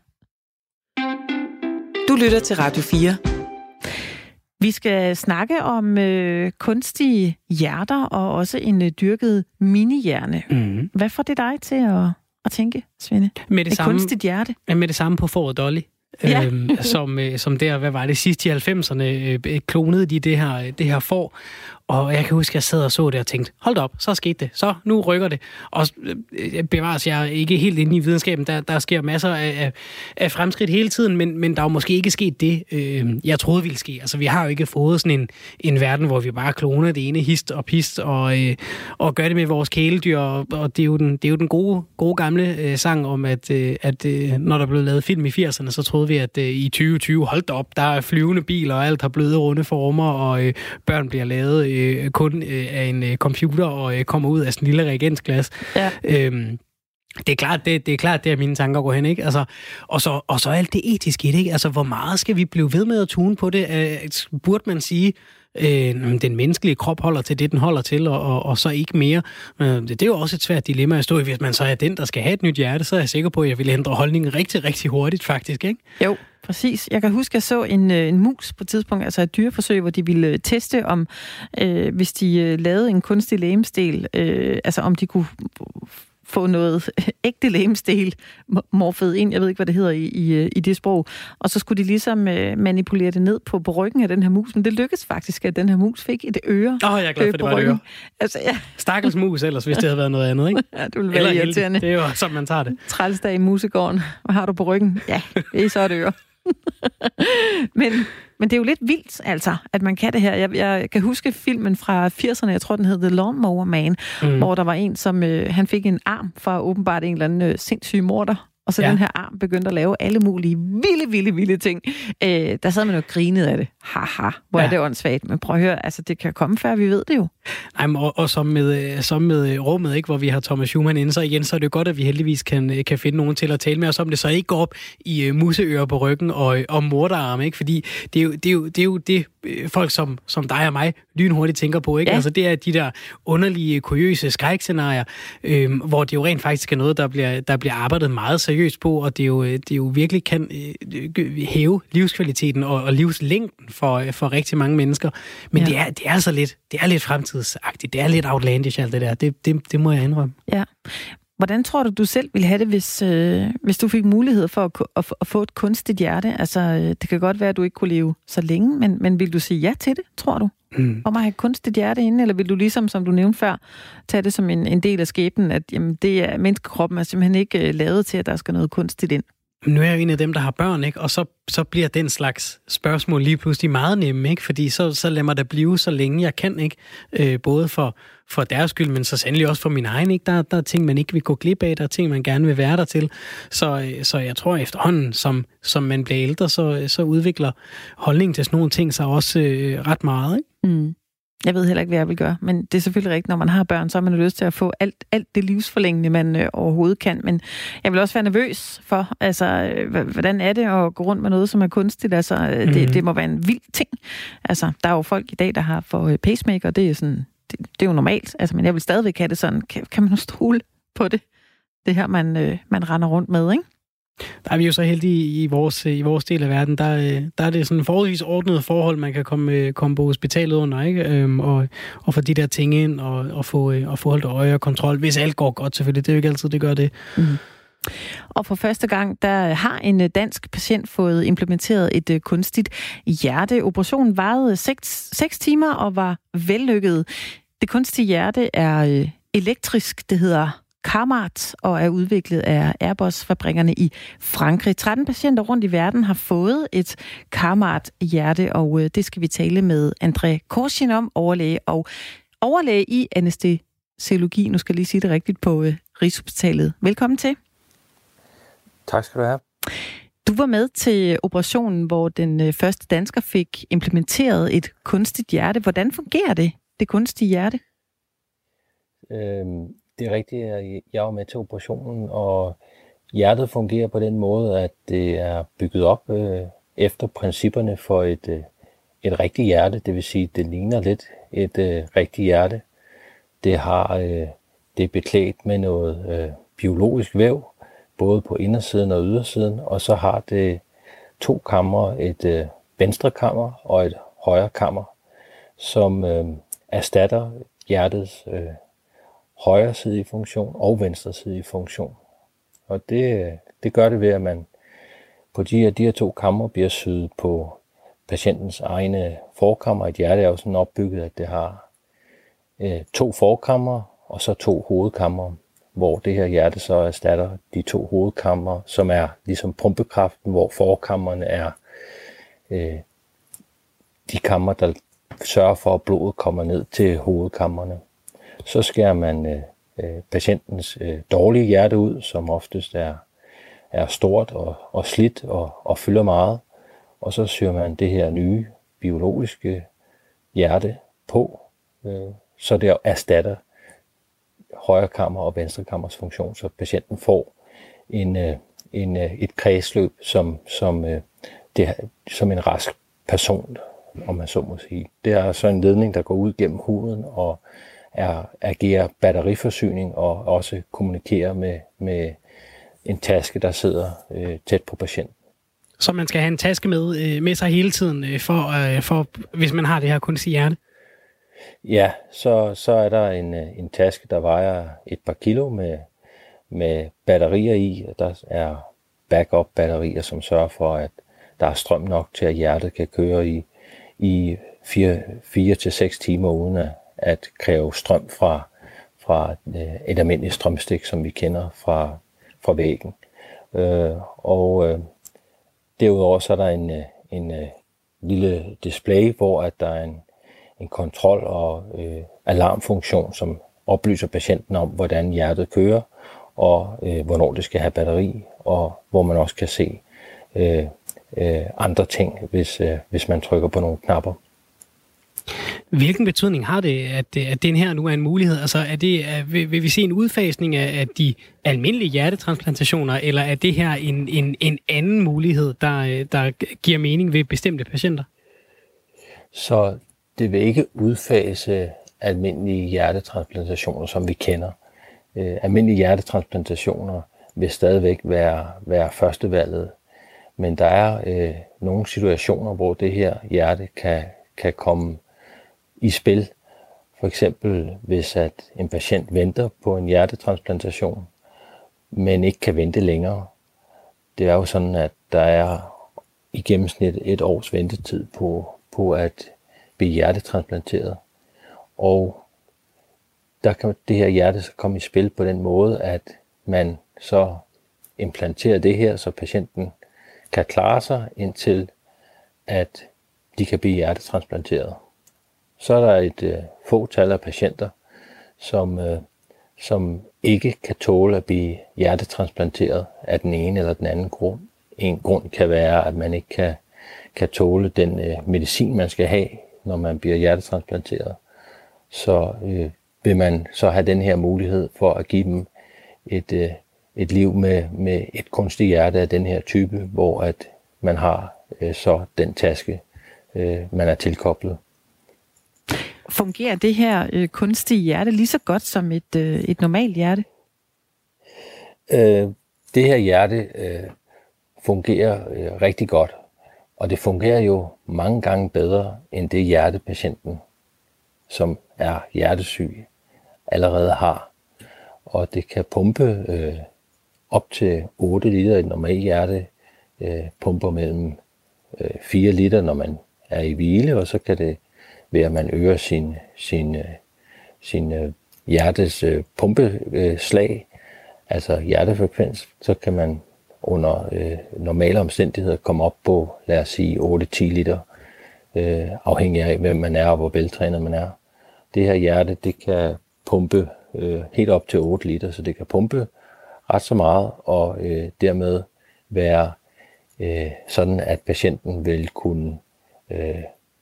Du lytter til Radio fire. Vi skal snakke om øh, kunstige hjerter og også en øh, dyrket minihjerne. Mm. Hvad får det dig til at, at tænke, Svende? Med det et samme, kunstigt hjerte? Med det samme på fåret Dolly. Ja. øhm, som, øh, som der, hvad var det, sidst i halvfemserne, øh, klonede de det her, det her får. Og jeg kan huske, at jeg sad og så det og tænkte, hold da op, så skete det. Så, nu rykker det. Og øh, bevares jeg ikke helt inde i videnskaben. Der, der sker masser af, af fremskridt hele tiden, men, men der er jo måske ikke sket det, øh, jeg troede ville ske. Altså, vi har jo ikke fået sådan en, en verden, hvor vi bare kloner det ene hist og pist, og, øh, og gør det med vores kæledyr. Og, og det er jo den, det er jo den gode, gode gamle øh, sang om, at, øh, at øh, når der blev lavet film i firserne, så troede vi, at øh, i tyve tyve, hold da op, der er flyvende biler, og alt har bløde runde former, og øh, børn bliver lavet øh, kun øh, af en øh, computer og øh, kommer ud af sådan en lille reagensglas. Ja. Øhm, det er klart, det, det er klart, det er mine tanker går hen, ikke? Altså, og så og så alt det etiske i det, ikke? Altså, hvor meget skal vi blive ved med at tune på det? Øh, burde man sige, øh, den menneskelige krop holder til det, den holder til, og, og, og så ikke mere. Øh, det, det er jo også et svært dilemma at stå i. Hvis man så er den, der skal have et nyt hjerte, så er jeg sikker på, at jeg vil ændre holdningen rigtig, rigtig hurtigt faktisk, ikke? Jo, præcis. Jeg kan huske, at jeg så en, en mus på et tidspunkt, altså et dyreforsøg, hvor de ville teste, om øh, hvis de øh, lavede en kunstig legemsdel, øh, altså om de kunne få noget ægte legemsdel morfet ind, jeg ved ikke, hvad det hedder i, i, i det sprog, og så skulle de ligesom øh, manipulere det ned på, på ryggen af den her mus, men det lykkedes faktisk, at den her mus fik et øre. Åh, oh, jeg er glad for, det var et øre. Altså, ja. Stakkels mus ellers, hvis det havde været noget andet, ikke? Ja, det ville være irriterende. Det er jo sådan, man tager det. Trælsdag i musegården. Hvad har du på ryggen? Ja, det er så et øre. men, men det er jo lidt vildt, altså, at man kan det her. Jeg, jeg kan huske filmen fra firserne, jeg tror, den hed The Lawnmower Man, mm. hvor der var en, som øh, han fik en arm fra åbenbart en eller anden øh, sindssyg morder, og så ja. Den her arm begyndte at lave alle mulige vilde, vilde, vilde ting. Øh, der sad man jo grinet af det. Haha, hvor ja. Er det åndssvagt. Men prøv at høre, altså det kan komme før, vi ved det jo. Ej, og, og som med, som med rummet, ikke, hvor vi har Thomas Schumann inde, så igen, så er det jo godt, at vi heldigvis kan, kan finde nogen til at tale med os om det, så ikke går op i uh, museører på ryggen og, og morderarme, ikke? Fordi det er jo det, er jo, det, er jo det folk som, som dig og mig lynhurtigt tænker på, ikke? Ja. Altså det er de der underlige, kuriøse skrækscenarier, øhm, hvor det jo rent faktisk er noget, der bliver, der bliver arbejdet meget seriøst på, og det jo, det jo virkelig kan øh, hæve livskvaliteten og, og livslængden for, for rigtig mange mennesker. Men ja. det, er, det er altså lidt, det er lidt fremtidsagtigt, det er lidt outlandish alt det der, det, det, det må jeg indrømme. Ja. Hvordan tror du, du selv ville have det, hvis, øh, hvis du fik mulighed for at, at, at få et kunstigt hjerte? Altså, det kan godt være, at du ikke kunne leve så længe, men, men vil du sige ja til det, tror du? Mm. Om at have et kunstigt hjerte inde, eller vil du ligesom, som du nævnte før, tage det som en, en del af skæbnen, at jamen, det er, menneskekroppen er simpelthen ikke uh, lavet til, at der skal noget kunstigt ind? Nu er jeg jo en af dem, der har børn, ikke? Og så, så bliver den slags spørgsmål lige pludselig meget nemme, ikke? Fordi så, så lader mig da blive så længe jeg kan, ikke? Øh, både for, for deres skyld, men så sandelig også for min egen, ikke? Der, der er ting, man ikke vil gå glip af, der er ting, man gerne vil være der til. Så, så jeg tror efterhånden, som, som man bliver ældre, så, så udvikler holdningen til sådan nogle ting sig også øh, ret meget, ikke? Mm. Jeg ved heller ikke, hvad jeg vil gøre, men det er selvfølgelig rigtigt, når man har børn, så har man jo lyst til at få alt, alt det livsforlængende, man øh, overhovedet kan. Men jeg vil også være nervøs for, altså, øh, hvordan er det at gå rundt med noget, som er kunstigt? Altså, øh, mm-hmm. det, det må være en vild ting. Altså, der er jo folk i dag, der har for øh, pacemaker, det er, sådan, det, det er jo normalt. Altså, men jeg vil stadigvæk have det sådan, kan, kan man jo stole på det? Det her, man, øh, man render rundt med, ikke? Der er vi jo så heldige i vores, i vores del af verden. Der, der er det sådan forholdsvis ordnet forhold, man kan komme, komme på hospitalet under, ikke? Øhm, og, og få de der ting ind og, og, få, og få holdt øje og kontrol. Hvis alt går godt, selvfølgelig. Det er jo ikke altid, det gør det. Mm. Og for første gang, der har en dansk patient fået implementeret et uh, kunstigt hjerte. Operationen varede seks timer og var vellykket. Det kunstige hjerte er uh, elektrisk, det hedder CARMAT, og er udviklet af Airbus-fabrikkerne i Frankrig. tretten patienter rundt i verden har fået et CARMAT-hjerte, og det skal vi tale med André Korsin om, overlæge og overlæge i anæstesiologi. Nu skal jeg lige sige det rigtigt på Rigshospitalet. Velkommen til. Tak skal du have. Du var med til operationen, hvor den første dansker fik implementeret et kunstigt hjerte. Hvordan fungerer det, det kunstige hjerte? Øhm Det er rigtigt, at jeg var med til operationen, og hjertet fungerer på den måde, at det er bygget op øh, efter principperne for et, øh, et rigtigt hjerte. Det vil sige, at det ligner lidt et øh, rigtigt hjerte. Det, har, øh, det er beklædt med noget øh, biologisk væv, både på indersiden og ydersiden, og så har det to kammer, et øh, venstre kammer og et højre kammer, som øh, erstatter hjertets øh, højre sidige funktion og venstre sidige funktion. Og det, det gør det ved, at man på de her, de her to kammer bliver syet på patientens egne forkammer. Et hjerte er jo sådan opbygget, at det har øh, to forkammer og så to hovedkammer, hvor det her hjerte så erstatter de to hovedkammer, som er ligesom pumpekraften, hvor forkammerne er øh, de kammer, der sørger for, at blodet kommer ned til hovedkammerne. Så skærer man øh, patientens øh, dårlige hjerte ud, som oftest er, er stort og, og slidt og, og fylder meget. Og så syr man det her nye biologiske hjerte på, øh, så det erstatter højre kammer og venstre kammers funktion, så patienten får en, øh, en, øh, et kredsløb, som, som, øh, det, som en rask person om man så må sige. Det er så en ledning, der går ud gennem huden og er, agerer batteriforsyning og også kommunikerer med, med en taske, der sidder øh, tæt på patienten. Så man skal have en taske med, øh, med sig hele tiden, øh, for, øh, for, hvis man har det her kunstige hjerte? Ja, så, så er der en, en taske, der vejer et par kilo med, med batterier i. Der er backup-batterier, som sørger for, at der er strøm nok til, at hjertet kan køre i, i fire til seks timer, uden at, at kræve strøm fra, fra et almindeligt strømstik, som vi kender fra, fra væggen. Øh, og øh, derudover så er der en, en, en lille display, hvor at der er en, en kontrol- og øh, alarmfunktion, som oplyser patienten om, hvordan hjertet kører, og øh, hvornår det skal have batteri, og hvor man også kan se øh, øh, andre ting, hvis, øh, hvis man trykker på nogle knapper. Hvilken betydning har det, at, at den her nu er en mulighed? Altså, er det, er, vil, vil vi se en udfasning af, af de almindelige hjertetransplantationer, eller er det her en, en, en anden mulighed, der, der giver mening ved bestemte patienter? Så det vil ikke udfase almindelige hjertetransplantationer, som vi kender. Øh, almindelige hjertetransplantationer vil stadigvæk være, være førstevalget, men der er øh, nogle situationer, hvor det her hjerte kan, kan komme i spil. For eksempel hvis at en patient venter på en hjertetransplantation, men ikke kan vente længere. Det er jo sådan, at der er i gennemsnit et års ventetid på, på at blive hjertetransplanteret. Og der kan det her hjerte så komme i spil på den måde, at man så implanterer det her, så patienten kan klare sig indtil, at de kan blive hjertetransplanteret. Så er der et øh, fåtal af patienter, som, øh, som ikke kan tåle at blive hjertetransplanteret af den ene eller den anden grund. En grund kan være, at man ikke kan, kan tåle den øh, medicin, man skal have, når man bliver hjertetransplanteret. Så øh, vil man så have den her mulighed for at give dem et, øh, et liv med, med et kunstigt hjerte af den her type, hvor at man har øh, så den taske, øh, man er tilkoblet. Fungerer det her øh, kunstige hjerte lige så godt som et, øh, et normalt hjerte? Øh, det her hjerte øh, fungerer øh, rigtig godt, og det fungerer jo mange gange bedre end det hjertepatienten, som er hjertesyg, allerede har. Og det kan pumpe øh, op til otte liter. Et normalt hjerte øh, pumper mellem øh, fire liter, når man er i hvile, og så kan det ved at man øger sin, sin, sin øh, hjertes øh, pumpeslag, øh, altså hjertefrekvens, så kan man under øh, normale omstændigheder komme op på, lad os sige, otte til ti liter, øh, afhængig af, hvem man er og hvor veltrænet man er. Det her hjerte, det kan pumpe øh, helt op til otte liter, så det kan pumpe ret så meget, og øh, dermed være øh, sådan, at patienten vil kunne øh,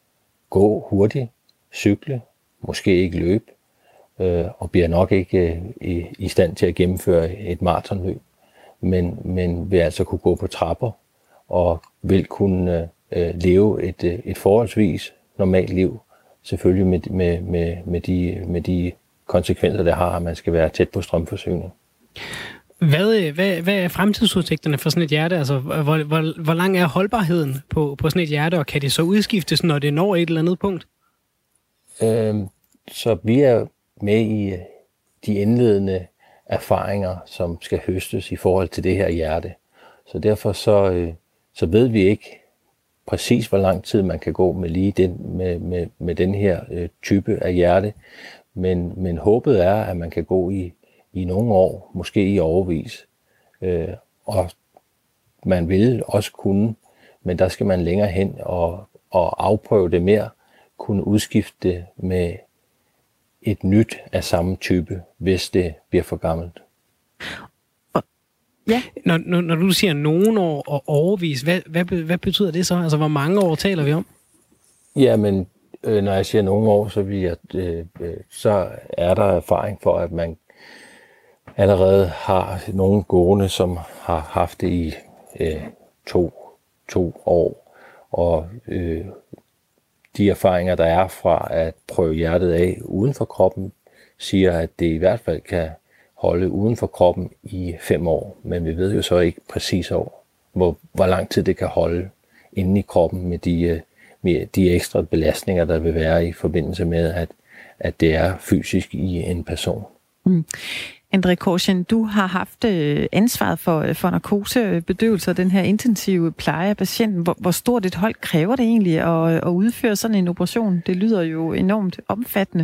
gå hurtigt, cykle, måske ikke løbe, øh, og bliver nok ikke øh, i, i stand til at gennemføre et maratonløb, men, men vil altså kunne gå på trapper, og vil kunne øh, leve et, et forholdsvis normalt liv, selvfølgelig med, med, med, med, de, med de konsekvenser, det har, at man skal være tæt på strømforsyning. Hvad, hvad, hvad er fremtidsudsigterne for sådan et hjerte? Altså, hvor, hvor, hvor lang er holdbarheden på, på sådan et hjerte, og kan det så udskiftes, når det når et eller andet punkt? Øhm, så vi er med i de indledende erfaringer, som skal høstes i forhold til det her hjerte. Så derfor så, øh, så ved vi ikke præcis, hvor lang tid man kan gå med lige den, med, med, med den her øh, type af hjerte. Men, men håbet er, at man kan gå i i nogle år, måske i årevis. Øh, og man vil også kunne, men der skal man længere hen og, og afprøve det mere, kunne udskifte det med et nyt af samme type, hvis det bliver for gammelt. Ja. Når, når, når du siger nogle år og årevis, hvad, hvad, hvad betyder det så? Altså, hvor mange år taler vi om? Jamen, øh, når jeg siger nogle år, så, vil jeg, øh, øh, så er der erfaring for, at man allerede har nogle gående, som har haft det i øh, to, to år, og øh, de erfaringer, der er fra at prøve hjertet af uden for kroppen, siger, at det i hvert fald kan holde uden for kroppen i fem år. Men vi ved jo så ikke præcis over, hvor, hvor lang tid det kan holde inde i kroppen med de, med de ekstra belastninger, der vil være i forbindelse med, at, at det er fysisk i en person. Mm. André Korsin, du har haft ansvaret for, for narkosebedøvelse og den her intensive pleje af patienten. Hvor, hvor stort et hold kræver det egentlig at, at udføre sådan en operation? Det lyder jo enormt omfattende.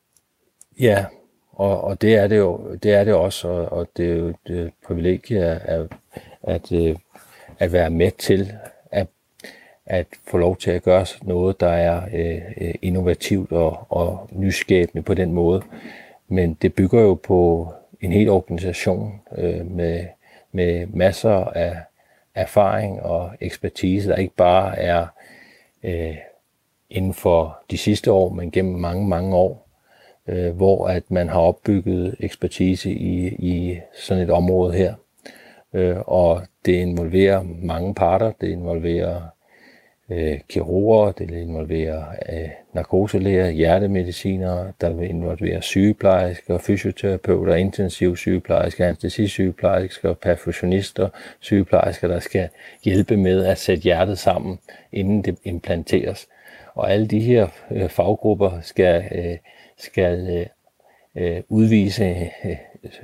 Ja, og, og det er det jo det er det også, og, og det er jo et privilegie at, at, at, at være med til at, at få lov til at gøre noget, der er øh, innovativt og, og nyskabende på den måde. Men det bygger jo på en hel organisation øh, med, med masser af erfaring og ekspertise, der ikke bare er øh, inden for de sidste år, men gennem mange, mange år, øh, hvor at man har opbygget ekspertise i, i sådan et område her. Øh, og det involverer mange parter. Det involverer øh, kirurger, det involverer øh, narkoselæger, hjertemedicinere, der vil involvere sygeplejersker, fysioterapeuter, intensiv sygeplejersker, anestesisygeplejersker, perfusionister, sygeplejersker, der skal hjælpe med at sætte hjertet sammen, inden det implanteres. Og alle de her øh, faggrupper skal, øh, skal øh, udvise øh,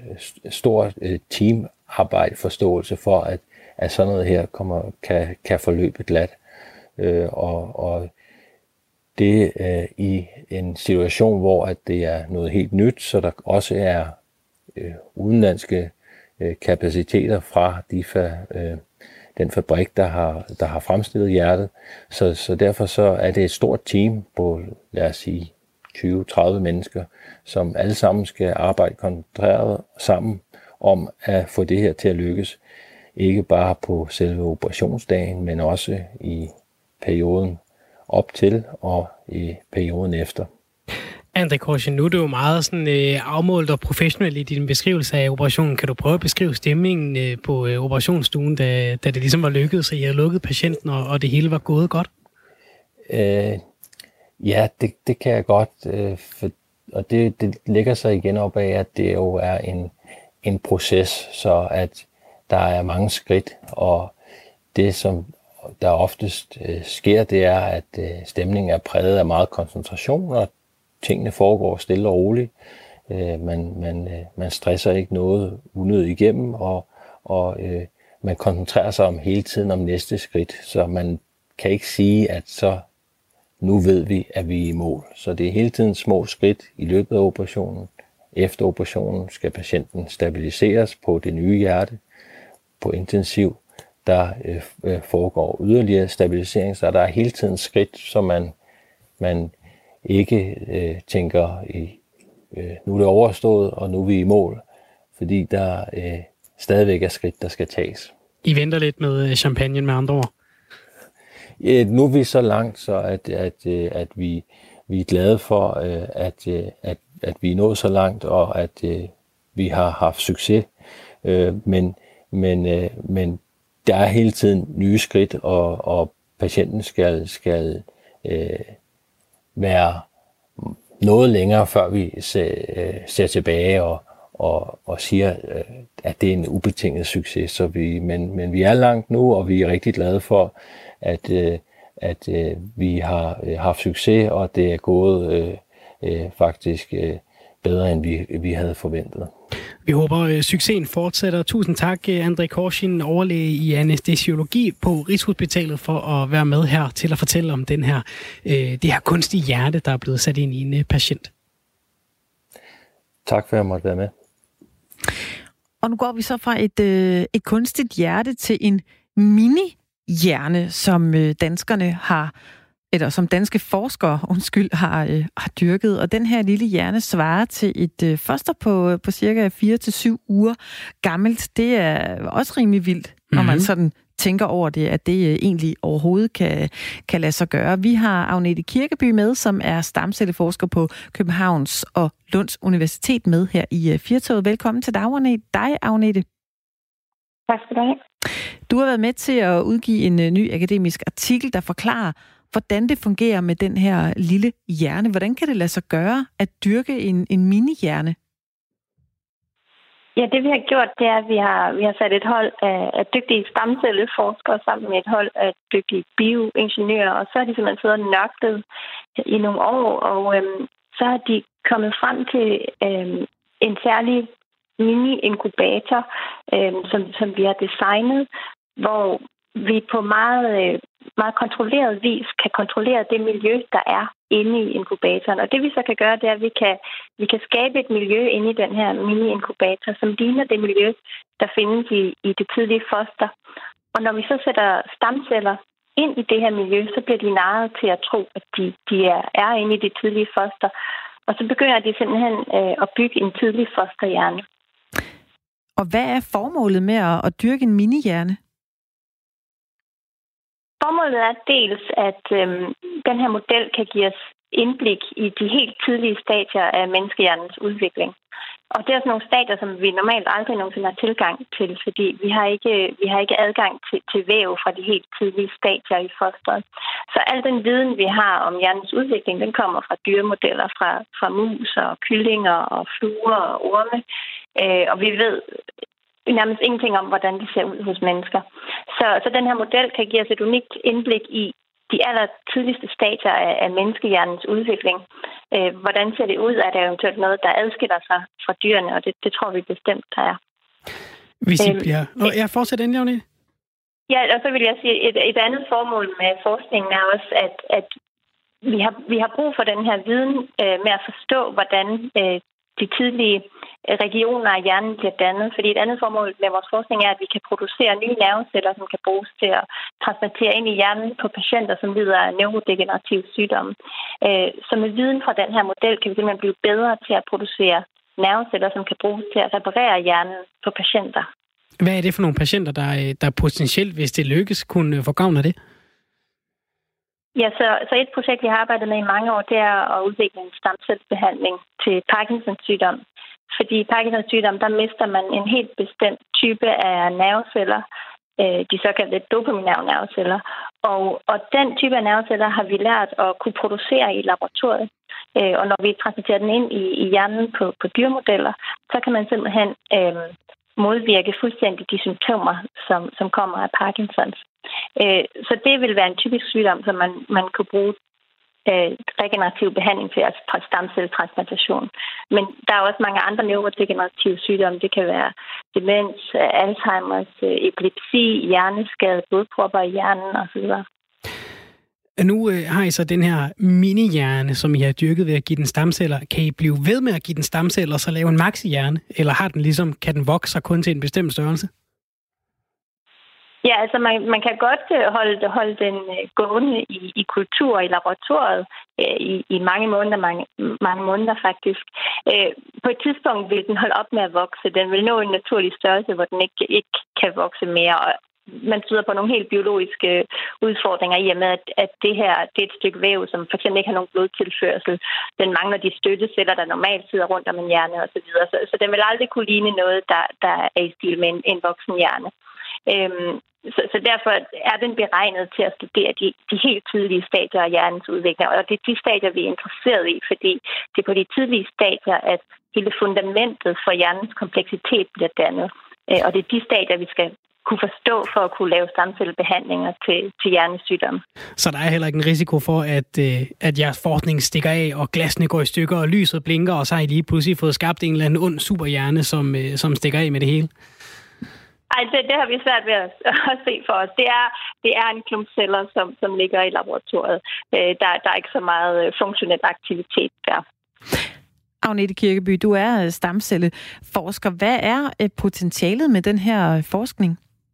stor øh, teamarbejde, forståelse for, at, at sådan noget her kommer, kan, kan forløbe glat. Øh, og, og det er øh, i en situation, hvor at det er noget helt nyt, så der også er øh, udenlandske øh, kapaciteter fra de fa- øh, den fabrik, der har, der har fremstillet hjertet. Så, så derfor så er det et stort team på, lad os sige, tyve til tredive mennesker, som alle sammen skal arbejde koncentreret sammen om at få det her til at lykkes. Ikke bare på selve operationsdagen, men også i perioden op til og i perioden efter. André Korsin, nu er du jo meget sådan, øh, afmålt og professionel i din beskrivelse af operationen. Kan du prøve at beskrive stemningen øh, på øh, operationsstuen, da, da det ligesom var lykkedes, så I havde lukket patienten, og, og det hele var gået godt? Øh, ja, det, det kan jeg godt. Øh, for, og det, det lægger sig igen op af, at det jo er en, en proces, så at der er mange skridt, og det som der oftest øh, sker, det er, at øh, stemningen er præget af meget koncentration, og tingene foregår stille og roligt. Øh, man, man, øh, man stresser ikke noget unødigt igennem, og, og øh, man koncentrerer sig om hele tiden om næste skridt, så man kan ikke sige, at så nu ved vi, at vi er i mål. Så det er hele tiden små skridt i løbet af operationen. Efter operationen skal patienten stabiliseres på det nye hjerte, på intensiv. Der øh, foregår yderligere stabilisering, så der er hele tiden skridt, så man, man ikke øh, tænker, i, øh, nu er det overstået, og nu er vi i mål, fordi der øh, stadigvæk er skridt, der skal tages. I venter lidt med champagne med andre ord? Ja, nu er vi så langt, så at, at, at vi, vi er glade for, at, at, at vi er nået så langt, og at vi har haft succes. Men, men, men der er hele tiden nye skridt, og, og patienten skal, skal øh, være noget længere, før vi ser, øh, ser tilbage og, og, og siger, øh, at det er en ubetinget succes. Så vi, men, men vi er langt nu, og vi er rigtig glade for, at, øh, at øh, vi har øh, haft succes, og det er gået øh, øh, faktisk øh, bedre, end vi, vi havde forventet. Vi håber, at succesen fortsætter. Tusind tak, André Korsin, overlæge i anæstesiologi på Rigshospitalet, for at være med her til at fortælle om den her, øh, det her kunstige hjerte, der er blevet sat ind i en patient. Tak for, at jeg måtte være med. Og nu går vi så fra et, øh, et kunstigt hjerte til en mini-hjerne, som øh, danskerne har eller som danske forskere, undskyld, har, øh, har dyrket. Og den her lille hjerne svarer til et øh, foster på, på cirka fire til syv uger gammelt. Det er også rimelig vildt, når man sådan tænker over det, at det øh, egentlig overhovedet kan, kan lade sig gøre. Vi har Agnete Kirkeby med, som er stamcelleforsker på Københavns og Lunds Universitet med her i øh, Firtoget. Velkommen til dig, Agnete. Dig, Agnete. Tak skal du have. Du har været med til at udgive en uh, ny akademisk artikel, der forklarer, hvordan det fungerer med den her lille hjerne. Hvordan kan det lade sig gøre at dyrke en, en mini-hjerne? Ja, det vi har gjort, det er, at vi har, vi har sat et hold af, af dygtige stamcelleforskere sammen med et hold af dygtige bioingeniører, og så har de simpelthen siddet og nørklet i nogle år, og øhm, så har de kommet frem til øhm, en særlig mini-inkubator, øhm, som, som vi har designet, hvor vi på meget, øh, meget kontrolleret vis kan kontrollere det miljø, der er inde i inkubatoren. Og det vi så kan gøre, det er, at vi kan, vi kan skabe et miljø inde i den her mini-inkubator, som ligner det miljø, der findes i, i det tidlige foster. Og når vi så sætter stamceller ind i det her miljø, så bliver de narret til at tro, at de, de er, er inde i det tidlige foster. Og så begynder de simpelthen øh, at bygge en tidlig fosterhjerne. Og hvad er formålet med at, at dyrke en mini-hjerne? Formålet er dels, at øhm, den her model kan give os indblik i de helt tidlige stadier af menneskehjernens udvikling. Og det er sådan nogle stadier, som vi normalt aldrig nogensinde har tilgang til, fordi vi har ikke, vi har ikke adgang til, til væv fra de helt tidlige stadier i fosteret. Så al den viden, vi har om hjernens udvikling, den kommer fra dyremodeller, fra, fra mus og kyllinger og fluer og orme. Øh, og vi ved nærmest ingenting om, hvordan det ser ud hos mennesker. Så, så den her model kan give os et unikt indblik i de aller tidligste stadier af, af menneskehjernens udvikling. Øh, hvordan ser det ud? Er der eventuelt noget, der adskiller sig fra dyrene? Og det, det tror vi bestemt, der er. Hvis I bliver... Nå, jeg fortsætter endelig, Agnete. Ja, og så vil jeg sige, et, et andet formål med forskningen er også, at, at vi, har, vi har brug for den her viden øh, med at forstå, hvordan øh, de tidlige regioner af hjernen bliver dannet. Fordi et andet formål med vores forskning er, at vi kan producere nye nerveceller, som kan bruges til at transplantere ind i hjernen på patienter, som lider af neurodegenerative sygdomme. Så med viden fra den her model kan vi simpelthen blive bedre til at producere nerveceller, som kan bruges til at reparere hjernen på patienter. Hvad er det for nogle patienter, der, der potentielt, hvis det lykkes, kunne få gavn af det? Ja, så, så et projekt, vi har arbejdet med i mange år, det er at udvikle en stamcellebehandling til Parkinsons sygdom. Fordi i Parkinsons sygdom, der mister man en helt bestemt type af nerveceller, de såkaldte dopaminære nerveceller. Og, og den type af nerveceller har vi lært at kunne producere i laboratoriet. Og når vi transporterer den ind i, i hjernen på, på dyrmodeller, så kan man simpelthen øh, modvirke fuldstændig de symptomer, som, som kommer af Parkinsons. Så det vil være en typisk sygdom, som man, man kunne bruge øh, regenerativ behandling til, altså stamcelletransplantation. Men der er også mange andre neurodegenerative sygdomme. Det kan være demens, Alzheimer's, epilepsi, hjerneskade, blodpropper i hjernen osv. Nu øh, har I så den her mini-hjerne, som I har dyrket ved at give den stamceller. Kan I blive ved med at give den stamceller og så lave en maxi-hjerne? Eller har den ligesom, kan den vokse sig kun til en bestemt størrelse? Ja, altså man, man kan godt holde, holde den gående i, i kultur i laboratoriet øh, i, i mange måneder, mange, mange måneder faktisk. Øh, på et tidspunkt vil den holde op med at vokse. Den vil nå en naturlig størrelse, hvor den ikke, ikke kan vokse mere. Og man støder på nogle helt biologiske udfordringer i og med, at, at det her det er et stykke væv, som for eksempel ikke har nogen blodtilførsel. Den mangler de støtteceller, der normalt sidder rundt om en hjerne osv. Så, så den vil aldrig kunne ligne noget, der, der er i stil med en, en voksen hjerne. Øhm, så, så derfor er den beregnet til at studere de, de helt tidlige stadier af hjernens udvikling. Og det er de stadier, vi er interesseret i, fordi det er på de tidlige stadier, at hele fundamentet for hjernens kompleksitet bliver dannet. Øh, og det er de stadier, vi skal kunne forstå for at kunne lave stamcellebehandlinger til, til hjernesygdomme. Så der er heller ikke en risiko for, at, øh, at jeres forskning stikker af, og glasene går i stykker, og lyset blinker, og så har I lige pludselig fået skabt en eller anden ond superhjerne, som, øh, som stikker af med det hele? Ej, det, det har vi svært ved at, at se for os. Det er, det er en klump celler, som, som ligger i laboratoriet. Øh, der, der er ikke så meget funktionel aktivitet der. Agnete Kirkeby, du er stamcelleforsker. Hvad er potentialet med den her forskning?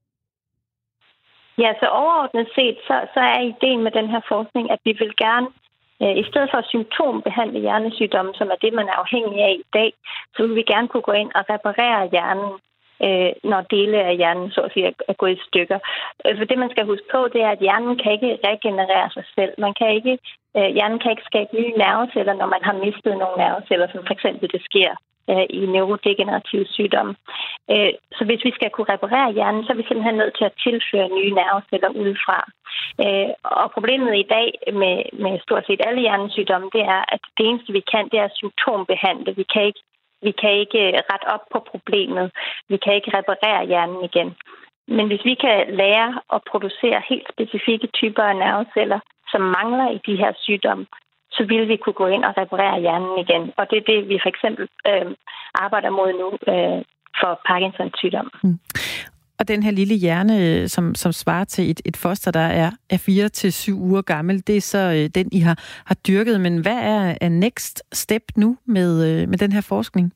Ja, så overordnet set, så, så er ideen med den her forskning, at vi vil gerne, øh, i stedet for at symptombehandle hjernesygdomme, som er det, man er afhængig af i dag, så vil vi gerne kunne gå ind og reparere hjernen, øh, når dele af hjernen, så at sige, er gået i stykker. For det, man skal huske på, det er, at hjernen kan ikke regenerere sig selv. Man kan ikke, øh, hjernen kan ikke skabe nye nerveceller, når man har mistet nogle nerveceller, som for eksempel det sker øh, i neurodegenerative sygdomme. Øh, så hvis vi skal kunne reparere hjernen, så er vi simpelthen nødt til at tilføre nye nerveceller udefra. Øh, og problemet i dag med, med stort set alle hjernesygdomme, det er, at det eneste, vi kan, det er symptombehandle. Vi kan ikke, vi kan ikke rette op på problemet. Vi kan ikke reparere hjernen igen. Men hvis vi kan lære at producere helt specifikke typer af nerveceller, som mangler i de her sygdomme, så vil vi kunne gå ind og reparere hjernen igen. Og det er det, vi for eksempel øh, arbejder mod nu øh, for Parkinsons sygdom. Mm. Og den her lille hjerne, som, som svarer til et, et foster, der er, er fire til syv uger gammel, det er så øh, den, I har, har dyrket. Men hvad er, er next step nu med, øh, med den her forskning?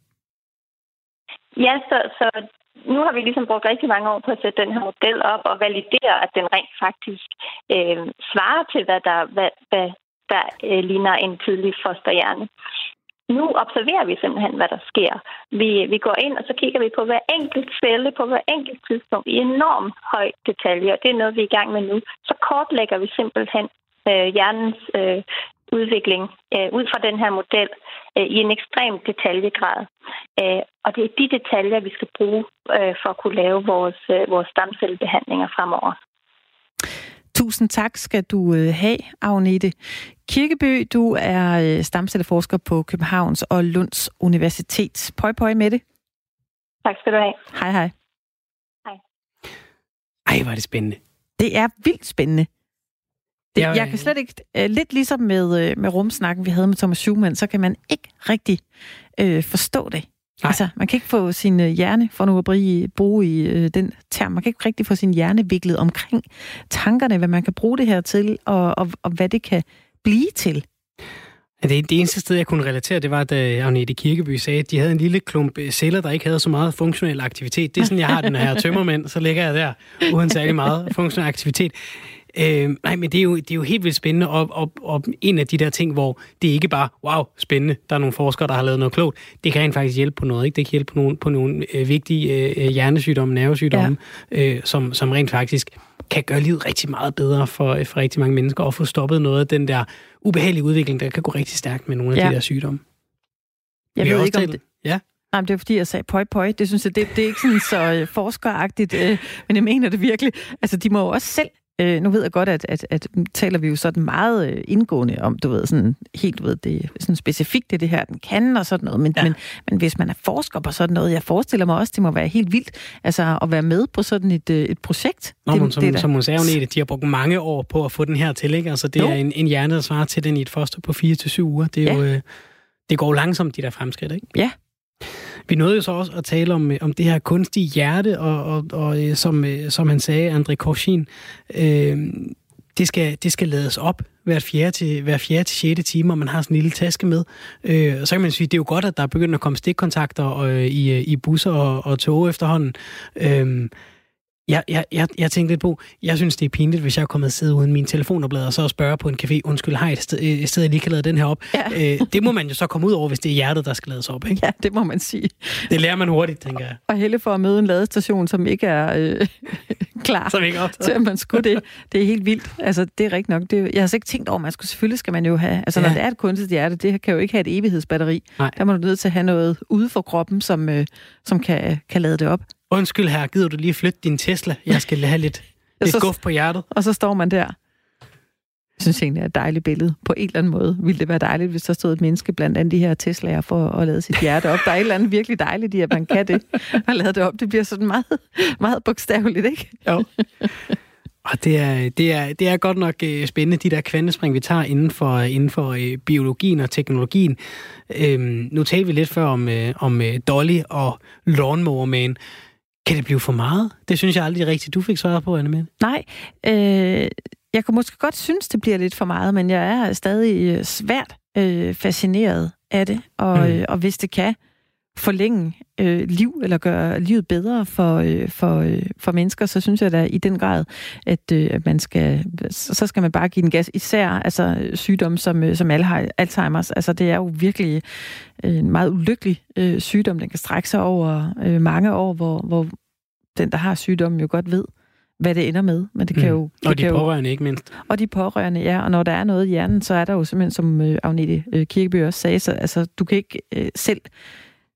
Ja, så, så nu har vi ligesom brugt rigtig mange år på at sætte den her model op og validere, at den rent faktisk øh, svarer til, hvad der, hvad, hvad der øh, ligner en tydelig fosterhjerne. Nu observerer vi simpelthen, hvad der sker. Vi, vi går ind, og så kigger vi på hver enkelt celle, på hver enkelt tidspunkt i enormt høj detalje, og det er noget, vi er i gang med nu. Så kortlægger vi simpelthen øh, hjernens øh, udvikling øh, ud fra den her model øh, i en ekstrem detaljegrad. Øh, og det er de detaljer, vi skal bruge øh, for at kunne lave vores, øh, vores stamcellebehandlinger fremover. Tusind tak skal du have, Agnete Kirkeby. Du er stamcelleforsker på Københavns og Lunds Universitet. Pøj, pøj med det. Tak skal du have. Hej, hej. Hej. Ej, hvor er det spændende. Det er vildt spændende. Det, jeg, jeg kan slet ikke... Lidt ligesom med, med rumsnakken, vi havde med Thomas Schumann, så kan man ikke rigtig øh, forstå det. Nej. Altså, man kan ikke få sin hjerne, for nu at bruge, bruge i øh, den term, man kan ikke rigtig få sin hjerne viklet omkring tankerne, hvad man kan bruge det her til, og, og, og hvad det kan blive til. Ja, det, det eneste sted, jeg kunne relatere, det var, da Agnete Kirkeby sagde, at de havde en lille klump celler, der ikke havde så meget funktionel aktivitet. Det er sådan, jeg har den her tømmermænd, så ligger jeg der, uden særlig meget funktionel aktivitet. Øh, nej, men det er, jo, det er jo helt vildt spændende, og, og, og en af de der ting, hvor det ikke bare, wow, spændende, der er nogle forskere, der har lavet noget klogt, det kan rent faktisk hjælpe på noget, ikke? Det kan hjælpe på nogle, på nogle øh, vigtige øh, hjernesygdomme, nervesygdomme, ja. øh, som, som rent faktisk kan gøre livet rigtig meget bedre for, for rigtig mange mennesker, og få stoppet noget af den der ubehagelige udvikling, der kan gå rigtig stærkt med nogle af ja. de der sygdomme. Jeg Vi ved ikke, om det... Ja. Nej, men det er fordi, jeg sagde pøj, pøj. Det synes jeg, det, det er ikke sådan så øh, forskeragtigt, øh, men jeg mener det virkelig. Altså, de må jo også selv Øh, nu ved jeg godt, at, at, at taler vi jo sådan meget øh, indgående om, du ved, sådan helt, du ved, det er sådan specifikt, det det her, den kan og sådan noget, men, ja. men, men hvis man er forsker på sådan noget, jeg forestiller mig også, det må være helt vildt, altså at være med på sådan et, et projekt. Nå, det, men, som, det som hun sagde, Agnete, de har brugt mange år på at få den her til, ikke? Altså det jo. er en, en hjerne, der svarer til den i et foster på fire til syv uger. Det er ja. jo, øh, det går langsomt, de der fremskridt, ikke? Ja. Vi nåede jo så også at tale om, om det her kunstige hjerte, og, og, og som, som han sagde, André Korsin, øh, det, skal, det skal lades op hver fjerde til, hver fjerde til sjette time, og man har sådan en lille taske med. Øh, så kan man sige, det er jo godt, at der er begyndt at komme stikkontakter og, i, i busser og, og tog efterhånden. Øh, Jeg, jeg, jeg, jeg tænkte lidt på, jeg synes, det er pinligt, hvis jeg er kommet og sidde uden min telefonoplade og så og spørge på en café, undskyld, har jeg et sted, et sted, jeg lige kan lade den her op? Ja. Øh, det må man jo så komme ud over, hvis det er hjertet, der skal lades op, ikke? Ja, det må man sige. Det lærer man hurtigt, tænker jeg. Og helle for at møde en ladestation, som ikke er øh, klar som ikke til, at man skulle det. Det er helt vildt. Altså, det er rigtigt nok. Det, jeg har altså ikke tænkt over, man skulle, selvfølgelig skal man jo have, altså ja. når det er et kunstigt hjerte, det kan jo ikke have et evighedsbatteri. Nej. Der må du nødt til at have noget ude for kroppen, som, øh, som kan, kan lade det op. Undskyld her, gider du lige flytte din Tesla? Jeg skal have lidt, lidt så, guf på hjertet. Og så står man der. Jeg synes egentlig, det er et dejligt billede. På en eller anden måde ville det være dejligt, hvis der stod et menneske blandt andet de her Teslaer for at lade sit hjerte op. Der er et eller andet virkelig dejligt i, at man kan det og lade det op. Det bliver sådan meget, meget bogstaveligt, ikke? Jo. Og det er, det, er, det er godt nok spændende, de der kvantespring, vi tager inden for, inden for øh, biologien og teknologien. Øhm, nu talte vi lidt før om, øh, om øh, Dolly og Lawnmower Man. Kan det blive for meget? Det synes jeg aldrig rigtigt, du fik svaret på, Anne-Mette. Nej, øh, jeg kan måske godt synes, det bliver lidt for meget, men jeg er stadig svært øh, fascineret af det, og, mm. øh, og hvis det kan forlænge øh, liv, eller gøre livet bedre for, øh, for, øh, for mennesker, så synes jeg da i den grad, at, øh, at man skal, så skal man bare give den gas. Især altså, sygdomme som, øh, som Alzheimer's. Altså, det er jo virkelig øh, en meget ulykkelig øh, sygdom. Den kan strække sig over øh, mange år, hvor, hvor den, der har sygdommen, jo godt ved, hvad det ender med. Men det kan jo, det og de kan pårørende jo, ikke mindst. Og de pårørende, ja. Og når der er noget i hjernen, så er der jo simpelthen, som øh, Agnete øh, Kirkeby også sagde, så altså, du kan ikke øh, selv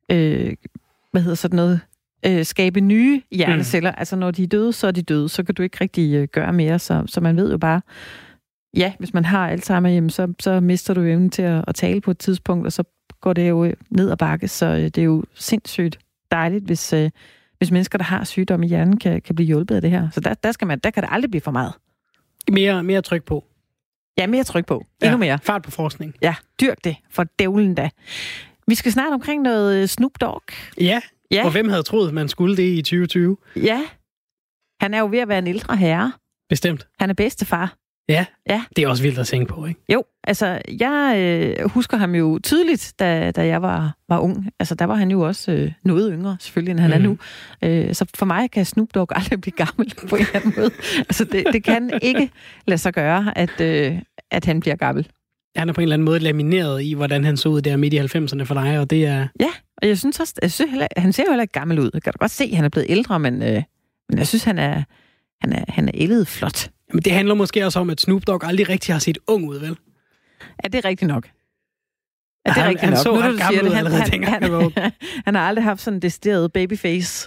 øh, hvad hedder sådan noget, øh, skabe nye hjerneceller. Mm. Altså når de er døde, så er de døde. Så kan du ikke rigtig øh, gøre mere. Så, så man ved jo bare, ja, hvis man har Alzheimer, jamen, så, så mister du evnen til at, at tale på et tidspunkt, og så går det jo ned ad bakke. Så øh, det er jo sindssygt dejligt, hvis, øh, hvis mennesker, der har sygdom i hjernen, kan, kan blive hjulpet af det her. Så der, der, skal man, der kan det aldrig blive for meget. Mere, mere tryk på. Ja, mere tryk på. Endnu ja, mere. Fart på forskning. Ja, dyrk det. For dævlen da. Vi skal snart omkring noget Snoop Dogg. Ja, ja. Og hvem havde troet, man skulle det i tyve tyve? Ja. Han er jo ved at være en ældre herre. Bestemt. Han er bedstefar. Ja, ja. Det er også vildt at tænke på, ikke? Jo, altså, jeg øh, husker ham jo tydeligt, da, da jeg var, var ung. Altså, der var han jo også øh, noget yngre, selvfølgelig, end han mm. er nu. Øh, så for mig kan Snoop Dogg aldrig blive gammel på en eller anden måde. Altså, det, det kan ikke lade sig gøre, at, øh, at han bliver gammel. Han er på en eller anden måde lamineret i, hvordan han så ud der midt i halvfemserne for dig, og det er... Ja, og jeg synes også, jeg synes heller, han ser jo heller ikke gammel ud. Jeg kan da godt se, at han er blevet ældre, men, øh, men jeg synes, han er, han er, han er ældet flot. Men det handler måske også om, at Snoop Dogg aldrig rigtig har set ung ud, vel? Ja, det er rigtigt nok. Ja, det er han, rigtigt han nok. så ret gammel ud allerede, han, han, han, han, han har aldrig haft sådan en decideret babyface.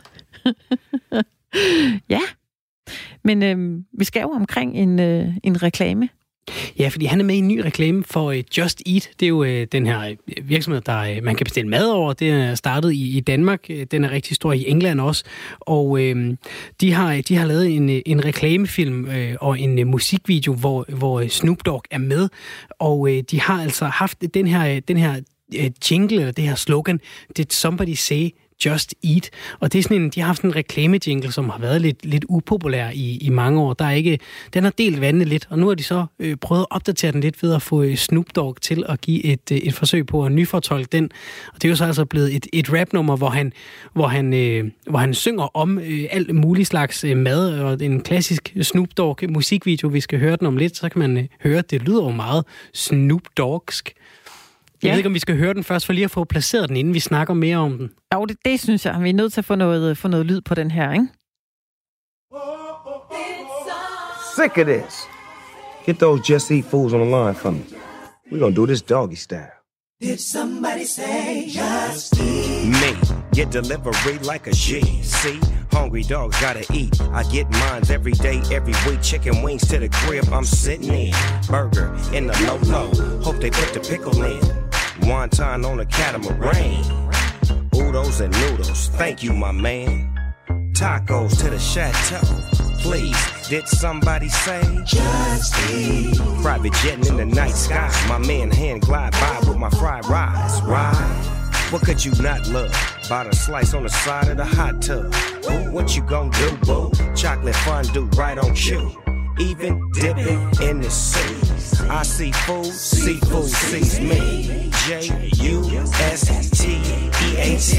Ja, men øh, vi skal jo omkring en, øh, en reklame. Ja, fordi han er med i en ny reklame for uh, Just Eat. Det er jo uh, den her virksomhed, der uh, man kan bestille mad over. Det er startet i, i Danmark. Den er rigtig stor i England også. Og uh, de, har, de har lavet en, en reklamefilm uh, og en uh, musikvideo, hvor, hvor Snoop Dogg er med. Og uh, de har altså haft den her, den her uh, jingle, eller det her slogan, Did somebody say Just Eat. Og det er sådan en, de har haft en reklame-jingle, som har været lidt, lidt upopulær i, i mange år. Der er ikke, den har delt vandet lidt, og nu har de så øh, prøvet at opdatere den lidt ved at få øh, Snoop Dogg til at give et, øh, et forsøg på at nyfortolke den. Og det er jo så altså blevet et, et rap-nummer, hvor han, hvor han, øh, hvor han synger om øh, alt muligt slags øh, mad, og en klassisk Snoop Dogg musikvideo. Vi skal høre den om lidt, så kan man øh, høre, at det lyder jo meget Snoop Doggsk. Jeg ja. ved ikke, om vi skal høre den først, for lige at få placeret den, inden vi snakker mere om den. Jo, det, det synes jeg. Vi er nødt til at få noget, få noget lyd på den her, ikke? Sick of this. Get those Just Eat fools on the line for me. We're gonna do this doggy style. Did somebody say just eat? Me, get delivery like a G. See, hungry dogs gotta eat. I get mines every day, every week. Chicken wings to the crib, I'm sitting in. Burger in the low-low. Hope they put the pickle in. Wonton on a catamaran. Oodles and noodles, thank you, my man. Tacos to the chateau. Please, did somebody say just eat? Private jetting in the night sky. My man hand glide by with my fried rice. Right? What could you not love? Bought a slice on the side of the hot tub. Ooh, what you gon' do, boo? Chocolate fondue right on cue. Even dipping in the sea. I see food, seafood sees me. J U S T E A T.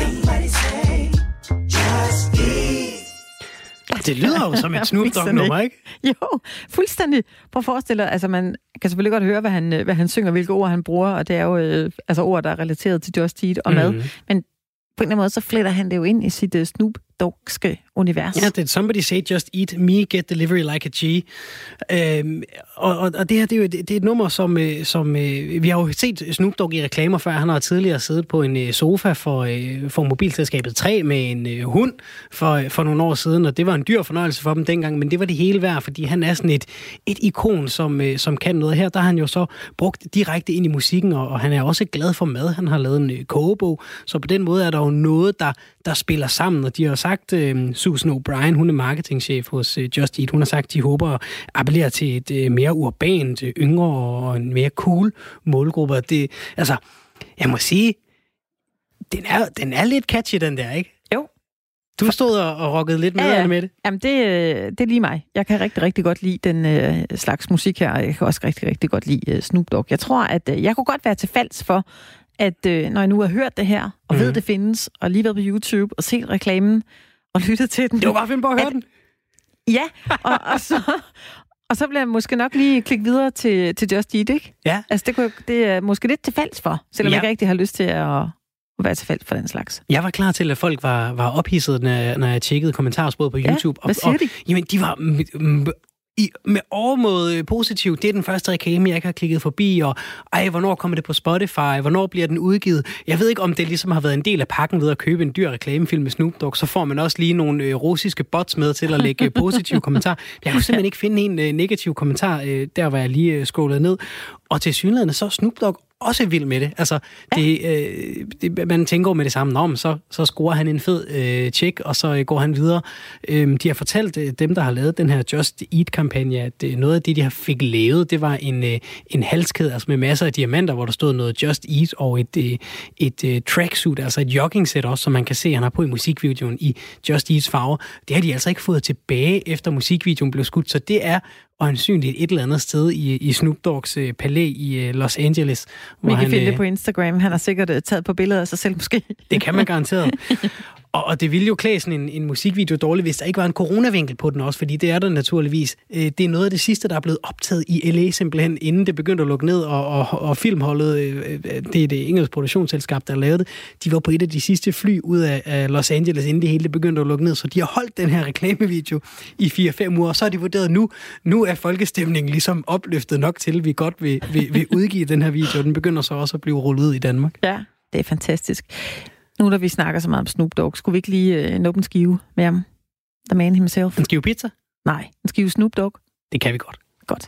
Just eat. Det lyder jo som et Snoop Dogg-nummer, ikke? Jo, fuldstændig. Prøv at forestille dig, altså man kan selvfølgelig godt høre, hvad han, hvad han synger, hvilke ord han bruger, og det er jo øh, altså ord, der er relateret til Just Eat og mad. Mm-hmm. Men på en eller anden måde, så fletter han det jo ind i sit uh, Snoop Doggske univers. Ja, det somebody say just eat, me get delivery like a G. Øhm, og, og, og det her, det er jo det er et nummer, som, som vi har jo set Snoop Dogg i reklamer før. Han har tidligere siddet på en sofa for, for mobilselskabet tre med en hund for, for nogle år siden, og det var en dyr fornøjelse for dem dengang, men det var det hele værd, fordi han er sådan et, et ikon, som, som kan noget her. Der har han jo så brugt direkte ind i musikken, og, og han er også glad for mad. Han har lavet en kogebog, så på den måde er der jo noget, der, der spiller sammen, og de har sagt, uh, Susan O'Brien, hun er marketingchef hos uh, Just Eat, hun har sagt, de håber at appellere til et uh, mere urbant, uh, yngre og en mere cool målgruppe. Det, altså, jeg må sige, den er, den er lidt catchy, den der, ikke? Jo. Du stod og, og rockede lidt med, ja, ja. med det. Jamen, det, det er lige mig. Jeg kan rigtig, rigtig godt lide den øh, slags musik her, og jeg kan også rigtig, rigtig godt lide øh, Snoop Dogg. Jeg tror, at øh, jeg kunne godt være til falds for, at øh, når jeg nu har hørt det her, og mm. ved, det findes, og lige været på YouTube, og set reklamen, og lyttet til den. Det var bare finde på at høre at, den. Ja, og, og, så, og så bliver jeg måske nok lige klikke videre til, til Just Eat, ikke? Ja. Altså, det, kunne, det er måske lidt til falds for, selvom ja. jeg ikke rigtig har lyst til at, at være til falds for den slags. Jeg var klar til, at folk var, var ophidset, når, når jeg tjekkede kommentarsporet på YouTube. Ja, hvad siger og, de? Og, jamen, de var... M- m- i, med overmåde positiv. Det er den første reklame, jeg ikke har klikket forbi, og ej, hvornår kommer det på Spotify? Hvornår bliver den udgivet? Jeg ved ikke, om det ligesom har været en del af pakken ved at købe en dyr reklamefilm med Snoop Dogg, så får man også lige nogle øh, russiske bots med til at lægge positive kommentarer. Jeg kunne simpelthen ikke finde en øh, negativ kommentar, øh, der var jeg lige øh, scrollet ned. Og til synligheden så Snoop Dogg også vild med det. Altså, det, øh, det, man tænker jo med det samme om, så, så scorer han en fed øh, check, og så øh, går han videre. Øh, de har fortalt, øh, dem der har lavet den her Just Eat-kampagne, at øh, noget af det, de har fik lavet, det var en, øh, en halskæde, altså med masser af diamanter, hvor der stod noget Just Eat, og et, øh, et øh, tracksuit, altså et jogging-sæt også, som man kan se, han har på i musikvideoen i Just Eats farver. Det har de altså ikke fået tilbage, efter musikvideoen blev skudt, så det er øjensynligt et eller andet sted i, i Snoop Dogg's øh, palæ i øh, Los Angeles. Vi kan han, finde øh, det på Instagram. Han har sikkert øh, taget på billeder af sig selv, måske. Det kan man garanteret. Og, og det ville jo klæde sådan en, en musikvideo dårligt, hvis der ikke var en coronavinkel på den også, fordi det er der naturligvis. Det er noget af det sidste, der er blevet optaget i L A simpelthen, inden det begyndte at lukke ned, og, og, og filmholdet, det er det engelske produktionsselskab, der lavede det, de var på et af de sidste fly ud af, af Los Angeles, inden det hele det begyndte at lukke ned, så de har holdt den her reklamevideo i fire fem uger, og så har de vurderet, nu, nu er folkestemningen ligesom opløftet nok til, at vi godt vil, vil, vil udgive den her video, og den begynder så også at blive rullet ud i Danmark. Ja, det er fantastisk. Nu da vi snakker så meget om Snoop Dogg, skulle vi ikke lige øh, nå en skive med ham? The man himself. En skive pizza? Nej, en skive Snoop Dogg. Det kan vi godt. Godt.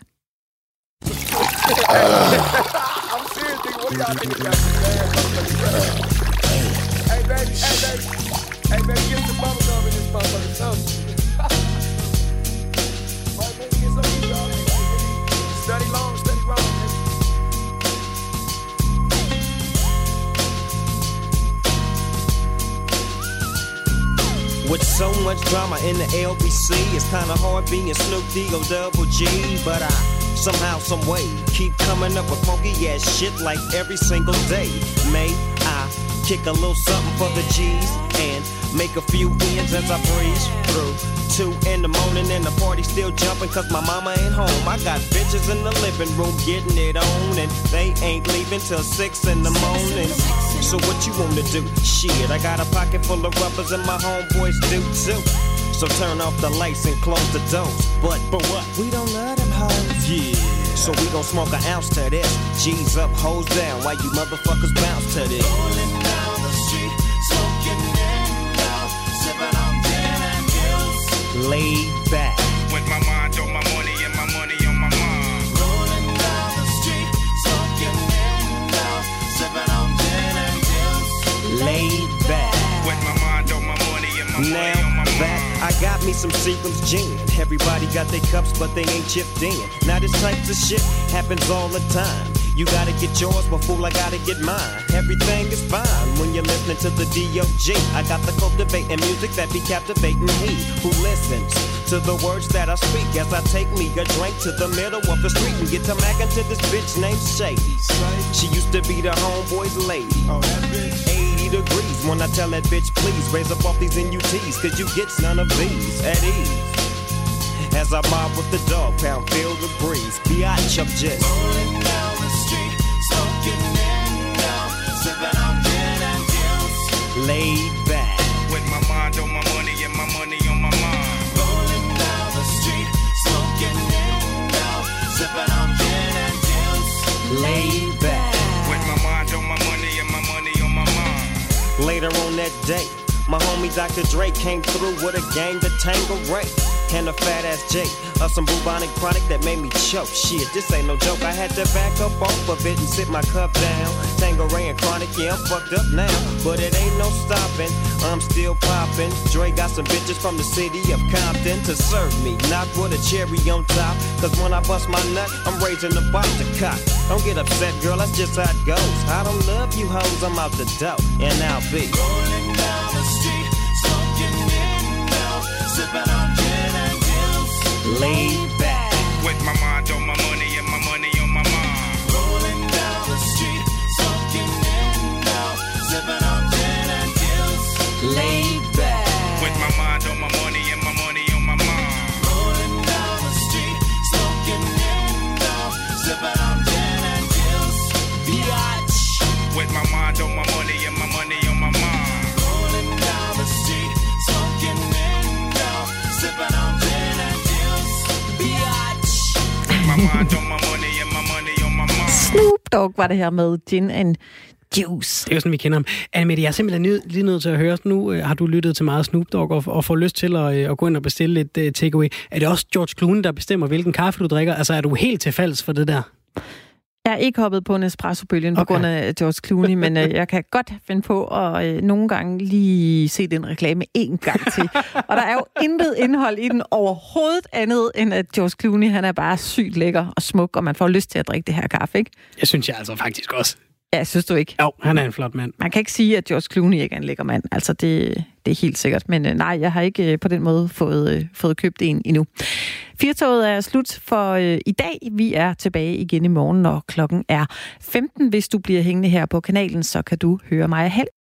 With so much drama in the L B C, it's kinda hard being Snoop D-O double G. But I, somehow, someway, keep coming up with funky ass shit like every single day. May I kick a little something for the G's and make a few ends as I breeze through. Two in the morning and the party still jumping cause my mama ain't home. I got bitches in the living room getting it on and they ain't leaving till six in the morning. So what you wanna do? Shit, I got a pocket full of rubbers and my homeboys do too. So turn off the lights and close the doors. But, but what? We don't love them hoes. Yeah. So we gon' smoke an ounce to this. G's up, hoes down, while you motherfuckers bounce to this. Rolling down the street, smoking in out, sipping on gin and gills. Laid back. With my mind on my money and my money on my mind. Rolling down the street, smoking in out, sipping on gin and gills. Laid back. With my mind on my money and my now, money on my mind. Back, I got me some Seagram's gin. Everybody got their cups, but they ain't chipped in. Now this type of shit happens all the time. You gotta get yours, but fool, I gotta get mine. Everything is fine when you're listening to the D O G. I got the cultivating music that be captivating he who listens to the words that I speak as I take me a drink to the middle of the street and get to mackin' to this bitch named Shady. She used to be the homeboy's lady. eighty degrees when I tell that bitch, please raise up off these N U Ts, cause you get none of these at ease. As I mob with the dog pound, feel the breeze. Biatch, I'm just rolling down the street, smoking in now, sipping on gin and gills. Laid back. With my mind on my money and my money on my mind. Rolling down the street, smoking in now, sipping on gin and gills. Laid back. With my mind on my money and my money on my mind. Later on that day, my homie Doctor Dre came through with a gang to Tanqueray and a fat ass J of some bubonic chronic that made me choke. Shit, this ain't no joke. I had to back up off of it and sit my cup down. Tanqueray and chronic, yeah, I'm fucked up now, but it ain't no stopping. I'm still popping. Dre got some bitches from the city of Compton to serve me, not with a cherry on top. Cause when I bust my nut, I'm raising the bar to cock. Don't get upset, girl, that's just how it goes. I don't love you hoes, I'm out the dough, and I'll be rolling down the street, smoking in now, sipping on gin and gills. Laid back. With my mind on my money and my money on my mind. Rolling down the street, smoking in now, sipping on gin and gills. Laid back. With my mind on my money and my money on my mind. Rolling down the street, smoking in now, sipping on gin and gills. Biatch. With my mind on my money and my money on my mind. Rolling down the street, smoking in now, sipping on gin and gills. Biatch. Snoop Dogg var det her med Gin and Juice. Det er jo sådan, vi kender ham. Anne-Mette, jeg er simpelthen nød, lige nødt til at høre, nu øh, har du lyttet til meget Snoop Dogg og, og får lyst til at, øh, at gå ind og bestille lidt øh, takeaway. Er det også George Clooney, der bestemmer, hvilken kaffe du drikker? Altså, er du helt til falds for det der? Jeg er ikke hoppet på en espresso-bølgen på okay. grund af George Clooney, men øh, jeg kan godt finde på at øh, nogle gange lige se den reklame en gang til. Og der er jo intet indhold i den overhovedet andet, end at George Clooney, han er bare sygt lækker og smuk, og man får lyst til at drikke det her kaffe, ikke? Jeg synes jeg altså faktisk også. Ja, synes du ikke? Jo, han er en flot mand. Man kan ikke sige, at George Clooney ikke er en lækker mand. Altså, det, det er helt sikkert. Men øh, nej, jeg har ikke øh, på den måde fået, øh, fået købt en endnu. Firtoget er slut for øh, i dag. Vi er tilbage igen i morgen, når klokken er femten. Hvis du bliver hængende her på kanalen, så kan du høre mig halv